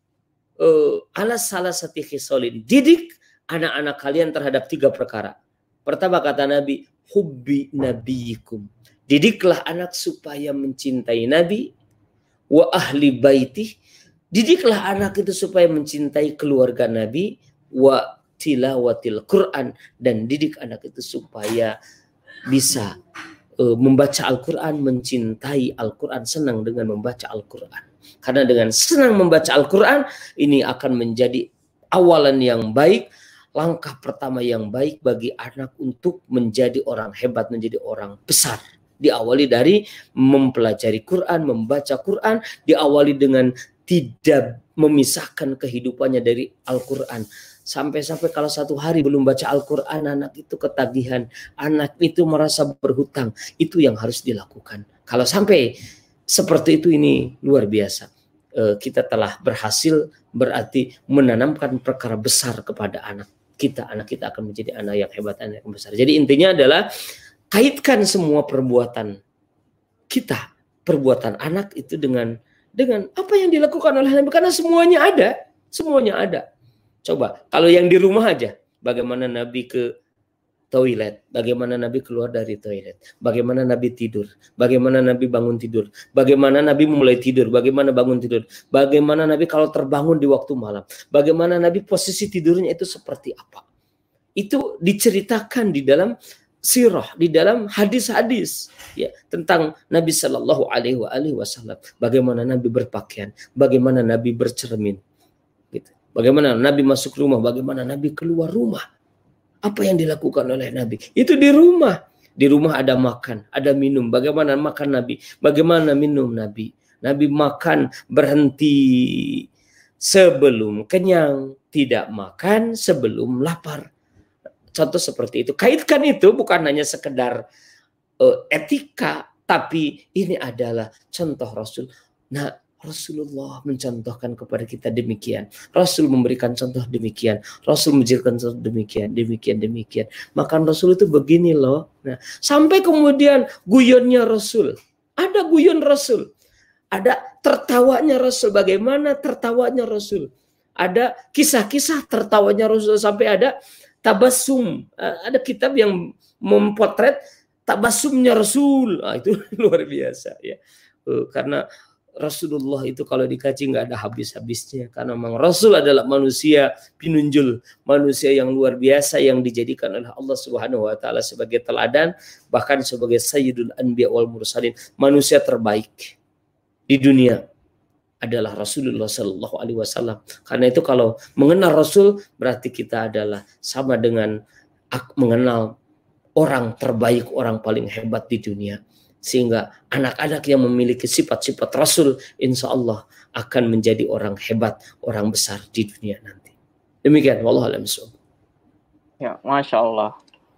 ala salasati khisalin." Didik anak-anak kalian terhadap 3 perkara. Pertama kata Nabi, hubbi nabiyikum. Didiklah anak supaya mencintai Nabi, wa ahli baiti. Didiklah anak itu supaya mencintai keluarga Nabi, wa tilawatil Quran, dan didik anak itu supaya bisa membaca Al-Quran, mencintai Al-Quran, senang dengan membaca Al-Quran. Karena dengan senang membaca Al-Quran, ini akan menjadi awalan yang baik, langkah pertama yang baik bagi anak untuk menjadi orang hebat, menjadi orang besar. Diawali dari mempelajari Quran, membaca Quran, diawali dengan tidak memisahkan kehidupannya dari Al-Quran. Sampai-sampai kalau satu hari belum baca Al-Quran, anak itu ketagihan, anak itu merasa berhutang. Itu yang harus dilakukan. Kalau sampai seperti itu, ini luar biasa. Kita telah berhasil, berarti menanamkan perkara besar kepada anak kita. Anak kita akan menjadi anak yang hebat, anak yang besar. Jadi intinya adalah kaitkan semua perbuatan kita, perbuatan anak itu dengan apa yang dilakukan oleh Nabi, karena semuanya ada. Coba kalau yang di rumah aja, bagaimana Nabi ke toilet, bagaimana Nabi keluar dari toilet, bagaimana Nabi tidur, bagaimana Nabi bangun tidur, bagaimana Nabi mulai tidur, bagaimana bangun tidur, bagaimana Nabi kalau terbangun di waktu malam, bagaimana Nabi posisi tidurnya itu seperti apa. Itu diceritakan di dalam sirah, di dalam hadis-hadis ya tentang Nabi Shallallahu Alaihi Wasallam. Bagaimana Nabi berpakaian, bagaimana Nabi bercermin, gitu. Bagaimana Nabi masuk rumah, bagaimana Nabi keluar rumah. Apa yang dilakukan oleh Nabi? Itu di rumah. Di rumah ada makan, ada minum. Bagaimana makan Nabi? Bagaimana minum Nabi? Nabi makan berhenti sebelum kenyang, tidak makan sebelum lapar. Contoh seperti itu. Kaitkan itu bukan hanya sekedar etika, tapi ini adalah contoh Rasul. Nah, Rasulullah mencontohkan kepada kita demikian. Rasul memberikan contoh demikian. Rasul mengajarkan contoh demikian. Makan Rasul itu begini loh. Nah, sampai kemudian guyonnya Rasul. Ada guyon Rasul. Ada tertawanya Rasul. Bagaimana tertawanya Rasul? Ada kisah-kisah tertawanya Rasul. Sampai ada tabassum. Ada kitab yang mempotret tabassumnya Rasul. Itu luar biasa ya. Karena Rasulullah itu kalau dikaji nggak ada habis-habisnya, karena memang Rasul adalah manusia pinunjul, manusia yang luar biasa yang dijadikan oleh Allah Subhanahu wa taala sebagai teladan, bahkan sebagai sayyidul anbiya wal mursalin, manusia terbaik di dunia adalah Rasulullah Shallallahu Alaihi Wasallam. Karena itu kalau mengenal Rasul berarti kita adalah sama dengan mengenal orang terbaik, orang paling hebat di dunia. Sehingga anak-anak yang memiliki sifat-sifat Rasul, insya Allah akan menjadi orang hebat, orang besar di dunia nanti. Demikian, wallahu a'lam bishawab. Ya, Masya Allah.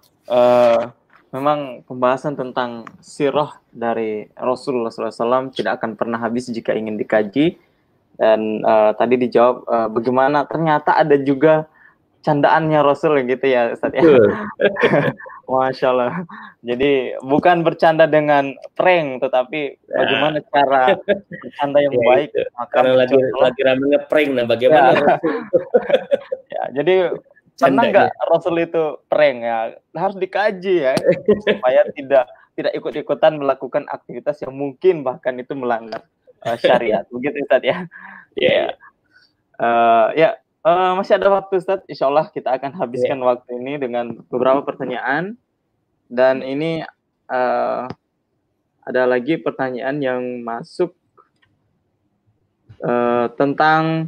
Memang pembahasan tentang sirah dari Rasulullah SAW tidak akan pernah habis jika ingin dikaji. Dan tadi dijawab bagaimana ternyata ada juga candaannya Rasul gitu ya Ustaz ya. Masya Allah. Jadi bukan bercanda dengan prank, tetapi bagaimana cara bercanda yang baik. Karena lagi ramenya prank, nah bagaimana? Ya, jadi pernah nggak Rasul itu prank ya? Harus dikaji ya, supaya tidak ikut-ikutan melakukan aktivitas yang mungkin bahkan itu melanggar syariat. Begitu Ustaz ya. Masih ada waktu Ustaz, insya Allah kita akan habiskan waktu ini dengan beberapa pertanyaan. Dan ini ada lagi pertanyaan yang masuk tentang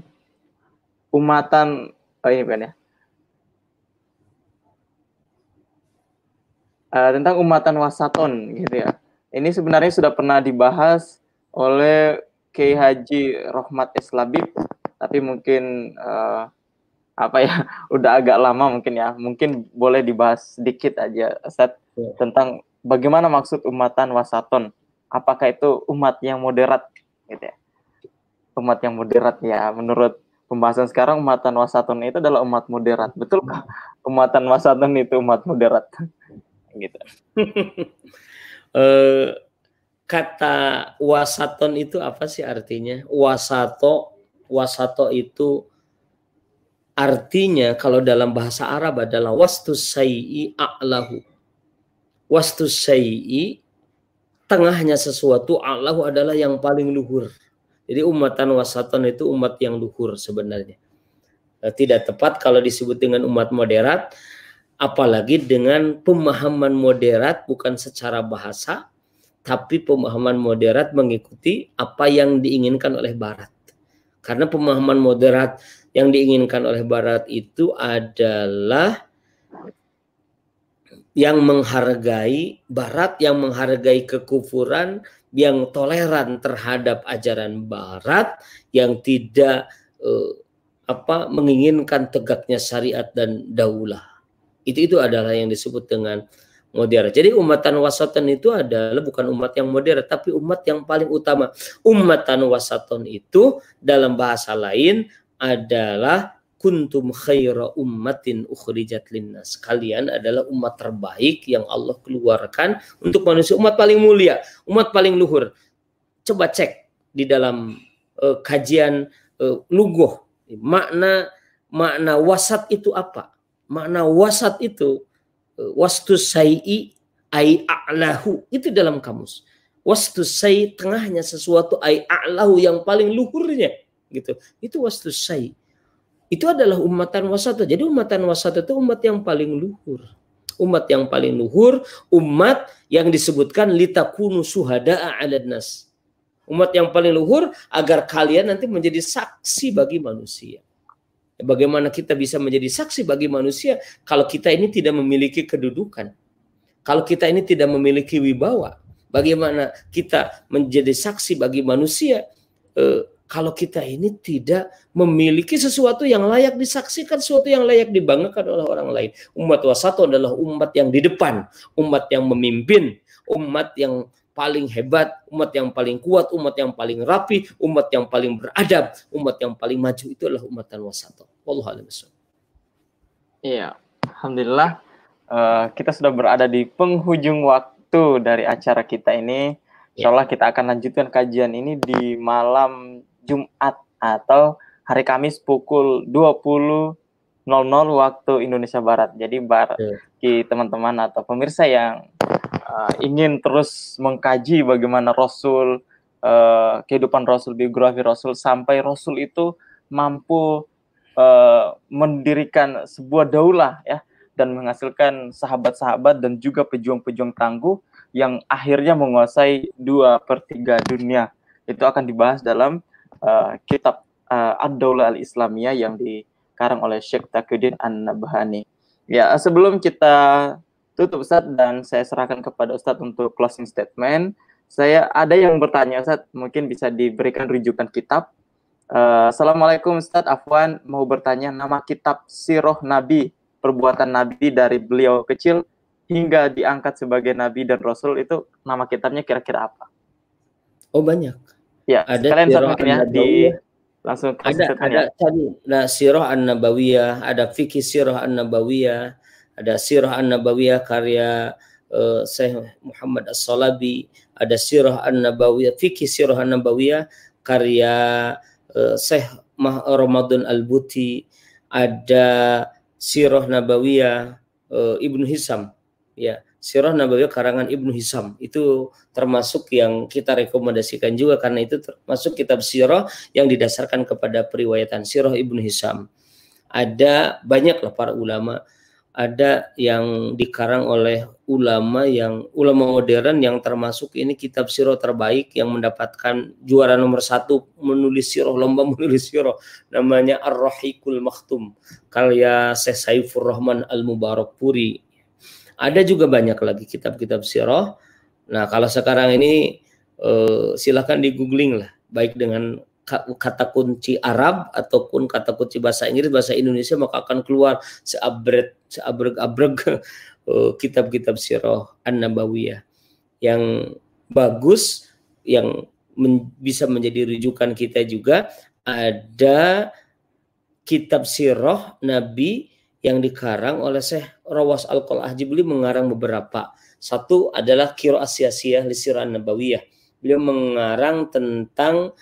umatan, ini bukan ya? tentang umatan wasaton gitu ya. Ini sebenarnya sudah pernah dibahas oleh Kiai Haji Rohmat Eslabib, tapi mungkin apa ya, udah agak lama mungkin ya. Mungkin boleh dibahas sedikit aja Ustaz tentang bagaimana maksud umatan wasaton. Apakah itu umat yang moderat gitu ya. Umat yang moderat ya, menurut pembahasan sekarang umatan wasaton itu adalah umat moderat. Betulkah umatan wasaton itu umat moderat? Gitu. Kata wasaton itu apa sih artinya? Wasato itu artinya kalau dalam bahasa Arab adalah wastus sayyi a'lahu. Wastus sayyi, tengahnya sesuatu, a'lahu adalah yang paling luhur. Jadi umatan wasaton itu umat yang luhur sebenarnya. Tidak tepat kalau disebut dengan umat moderat, apalagi dengan pemahaman moderat bukan secara bahasa, tapi pemahaman moderat mengikuti apa yang diinginkan oleh Barat. Karena pemahaman moderat yang diinginkan oleh Barat itu adalah yang menghargai Barat, yang menghargai kekufuran, yang toleran terhadap ajaran Barat, yang tidak menginginkan tegaknya syariat dan daulah. Itu adalah yang disebut dengan moderat. Jadi umatan wasaton itu adalah bukan umat yang moderat, tapi umat yang paling utama. Umatan wasaton itu dalam bahasa lain adalah kuntum khaira ummatin ukhrijat linnas. Kalian adalah umat terbaik yang Allah keluarkan untuk manusia, umat paling mulia, umat paling luhur. Coba cek di dalam kajian lughah, makna wasat itu apa? Makna wasat itu wastus sayyi ai a'lahu, itu dalam kamus. Wastus sayyi, tengahnya sesuatu, ai a'lahu, yang paling luhurnya gitu. Itu wastus sayyi. Itu adalah umatan wasat. Jadi umatan wasat itu umat yang paling luhur. Umat yang paling luhur, umat yang disebutkan litakunu syuhada'a 'alan nas. Umat yang paling luhur agar kalian nanti menjadi saksi bagi manusia. Bagaimana kita bisa menjadi saksi bagi manusia kalau kita ini tidak memiliki kedudukan? Kalau kita ini tidak memiliki wibawa? Bagaimana kita menjadi saksi bagi manusia kalau kita ini tidak memiliki sesuatu yang layak disaksikan, sesuatu yang layak dibanggakan oleh orang lain? Umat wasato adalah umat yang di depan, umat yang memimpin, umat yang paling hebat, umat yang paling kuat, umat yang paling rapi, umat yang paling beradab, umat yang paling maju. Itu adalah umatan wasato. Wallahu a'lam bishawab. Iya, alhamdulillah kita sudah berada di penghujung waktu dari acara kita ini. Insyaallah kita akan lanjutkan kajian ini di malam Jumat atau hari Kamis pukul 20.00 waktu Indonesia Barat. Jadi bagi teman-teman atau pemirsa yang ingin terus mengkaji bagaimana Rasul, kehidupan Rasul, biografi Rasul, sampai Rasul itu mampu mendirikan sebuah daulah ya, dan menghasilkan sahabat-sahabat dan juga pejuang-pejuang tangguh yang akhirnya menguasai 2/3 dunia. Itu akan dibahas dalam kitab Ad-Daulah Al-Islamiyah yang dikarang oleh Syekh Taqiyuddin An-Nabhani. Ya, sebelum kita tutup Ustadz dan saya serahkan kepada Ustadz untuk closing statement, saya ada yang bertanya Ustadz, mungkin bisa diberikan rujukan kitab. Assalamualaikum Ustadz, Afwan mau bertanya, nama kitab Sirah Nabi, perbuatan Nabi dari beliau kecil hingga diangkat sebagai Nabi dan Rasul, itu nama kitabnya kira-kira apa? Oh banyak. Ya, ada kalian mungkin ya langsung ada Sirah An-Nabawiyah, ada Fikih Sirah An-Nabawiyah, ada Sirah An-Nabawiyah karya Syekh Muhammad As-Salabi, ada Sirah An-Nabawiyah, Fikih Sirah An-Nabawiyah karya Syekh Ramadan Al-Buti, ada Sirah Nabawiyah Ibnu Hisam, ya, Sirah Nabawiyah karangan Ibnu Hisam, itu termasuk yang kita rekomendasikan juga karena itu termasuk kitab sirah yang didasarkan kepada periwayatan Sirah Ibnu Hisam. Ada banyaklah para ulama, ada yang dikarang oleh ulama modern yang termasuk ini kitab sirah terbaik yang mendapatkan juara nomor 1 menulis sirah, lomba menulis sirah, namanya Ar-Rahiqul Makhtum karya Syekh Saifur Rahman Al-Mubarakpuri. Ada juga banyak lagi kitab-kitab sirah. Nah, kalau sekarang ini silakan di googling lah, baik dengan kata kunci Arab ataupun kata kunci bahasa Inggris, bahasa Indonesia, maka akan keluar seabrek-abrek kitab-kitab sirah An-Nabawiyah yang bagus, yang bisa menjadi rujukan kita juga. Ada kitab sirah Nabi yang dikarang oleh Syekh Rawas Al-Qal'ah Jibli, mengarang beberapa. Satu adalah Qiraah Siyasiyah li Sirah Nabawiyah. Beliau mengarang tentang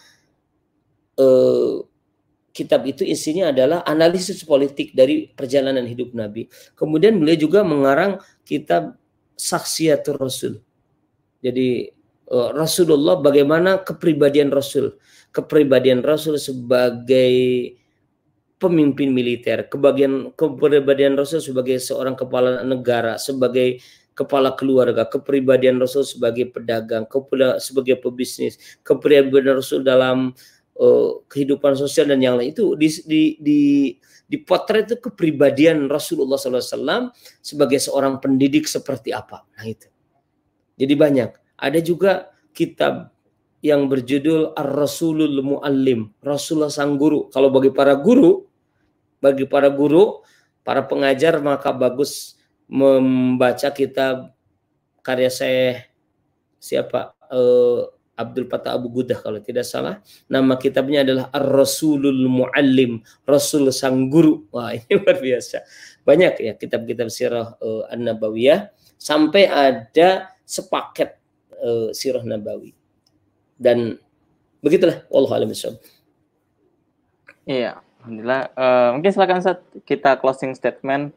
kitab itu isinya adalah analisis politik dari perjalanan hidup Nabi. Kemudian beliau juga mengarang kitab Saksiyatur Rasul. Jadi Rasulullah, bagaimana kepribadian Rasul. Kepribadian Rasul sebagai pemimpin militer, kepribadian Rasul sebagai seorang kepala negara, sebagai kepala keluarga, kepribadian Rasul sebagai pedagang, sebagai pebisnis, kepribadian Rasul dalam kehidupan sosial dan yang lain. Itu dipotret itu kepribadian Rasulullah SAW sebagai seorang pendidik seperti apa. Nah itu. Jadi banyak. Ada juga kitab yang berjudul Ar-Rasulul Muallim, Rasulullah sang guru. Kalau bagi para guru, para pengajar, maka bagus membaca kitab karya Abdul Fattah Abu Gudah kalau tidak salah. Nama kitabnya adalah Ar-Rasulul Muallim, Rasul sang guru. Wah, ini luar biasa. Banyak ya kitab-kitab sirah An-Nabawiyah, sampai ada sepaket sirah Nabawi. Dan begitulah, wallahu a'lam bishawab. Iya, alhamdulillah. Mungkin silakan Ustaz, kita closing statement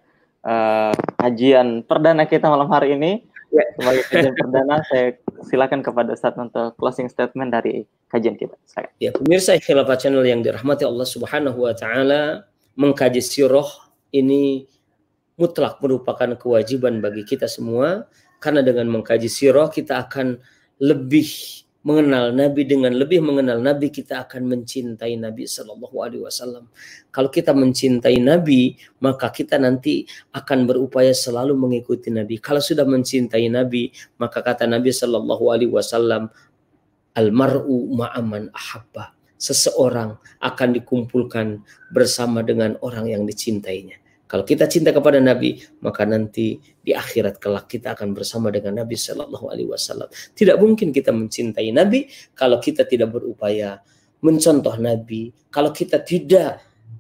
kajian perdana kita malam hari ini. Ya, sebagai kajian perdana, saya silakan kepada Ustaz untuk closing statement dari kajian kita. Silakan. Ya, pemirsa Khilafah Channel yang dirahmati Allah Subhanahu wa taala, mengkaji sirah ini mutlak merupakan kewajiban bagi kita semua, karena dengan mengkaji sirah kita akan lebih mengenal Nabi. Dengan lebih mengenal Nabi, kita akan mencintai Nabi Sallallahu Alaihi Wasallam. Kalau kita mencintai Nabi, maka kita nanti akan berupaya selalu mengikuti Nabi. Kalau sudah mencintai Nabi, maka kata Nabi Sallallahu Alaihi Wasallam, al-mar'u ma'aman ahabba. Seseorang akan dikumpulkan bersama dengan orang yang dicintainya. Kalau kita cinta kepada Nabi, maka nanti di akhirat kelak kita akan bersama dengan Nabi Sallallahu Alaihi Wasallam. Tidak mungkin kita mencintai Nabi kalau kita tidak berupaya mencontoh Nabi. Kalau kita tidak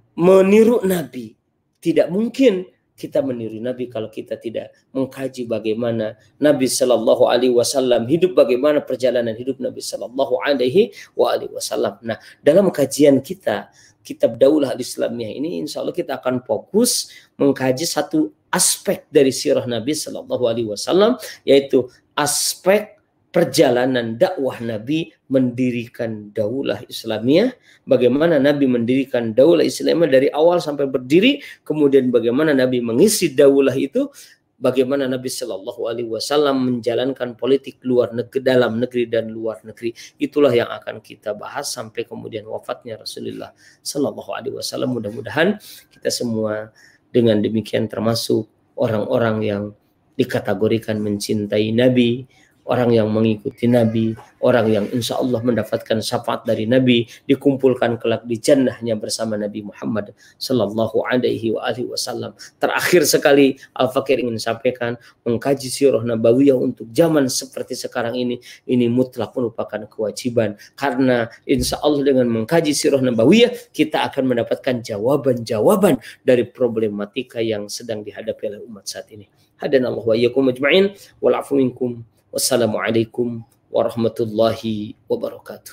meniru Nabi, tidak mungkin kita meniru Nabi kalau kita tidak mengkaji bagaimana Nabi Sallallahu Alaihi Wasallam hidup, bagaimana perjalanan hidup Nabi Sallallahu Alaihi Wasallam. Nah, dalam kajian kita Kitab Daulah Al-Islamiyah ini, insya Allah kita akan fokus mengkaji satu aspek dari sirah Nabi Sallallahu Alaihi Wasallam, yaitu aspek perjalanan dakwah Nabi mendirikan Daulah Islamiyah. Bagaimana Nabi mendirikan Daulah Islamiyah dari awal sampai berdiri, kemudian bagaimana Nabi mengisi daulah itu, bagaimana Nabi Sallallahu Alaihi Wasallam menjalankan politik luar negeri, dalam negeri dan luar negeri. Itulah yang akan kita bahas sampai kemudian wafatnya Rasulullah Sallallahu Alaihi Wasallam. Mudah-mudahan kita semua dengan demikian termasuk orang-orang yang dikategorikan mencintai Nabi, orang yang mengikuti Nabi, orang yang insya Allah mendapatkan syafaat dari Nabi, dikumpulkan kelak di jannahnya bersama Nabi Muhammad Sallallahu Alaihi Wasallam. Terakhir sekali, Al-Fakir ingin sampaikan, mengkaji sirah Nabawiyah untuk zaman seperti sekarang ini mutlak merupakan kewajiban. Karena insya Allah dengan mengkaji sirah Nabawiyah, kita akan mendapatkan jawaban-jawaban dari problematika yang sedang dihadapi oleh umat saat ini. Hadanallahu wa iyyakum ajma'in, wal afu minkum. Wassalamualaikum warahmatullahi wabarakatuh.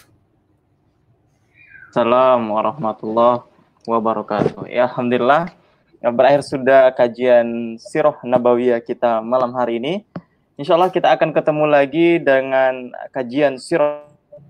Assalamualaikum warahmatullahi wabarakatuh. Ya, alhamdulillah, berakhir sudah kajian sirah Nabawiyah kita malam hari ini. Insya Allah kita akan ketemu lagi dengan kajian sirah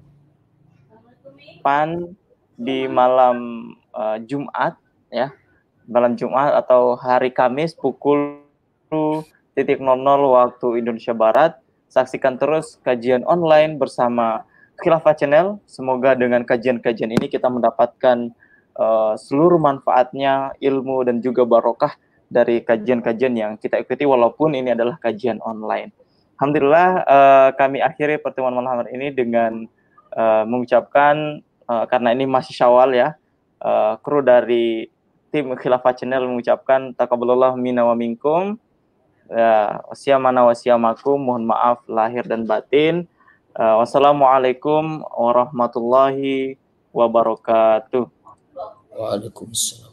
di malam Jumat, ya, malam Jumat atau hari Kamis pukul 0.00 waktu Indonesia Barat. Saksikan terus kajian online bersama Khilafah Channel. Semoga dengan kajian-kajian ini kita mendapatkan seluruh manfaatnya, ilmu dan juga barokah dari kajian-kajian yang kita ikuti walaupun ini adalah kajian online. Alhamdulillah kami akhiri pertemuan malam hari ini dengan mengucapkan karena ini masih Syawal ya, kru dari tim Khilafah Channel mengucapkan taqabbalallahu minna wa minkum. Wassiyamana wassiyamakum, mohon maaf lahir dan batin. Wassalamualaikum warahmatullahi wabarakatuh. Waalaikumsalam.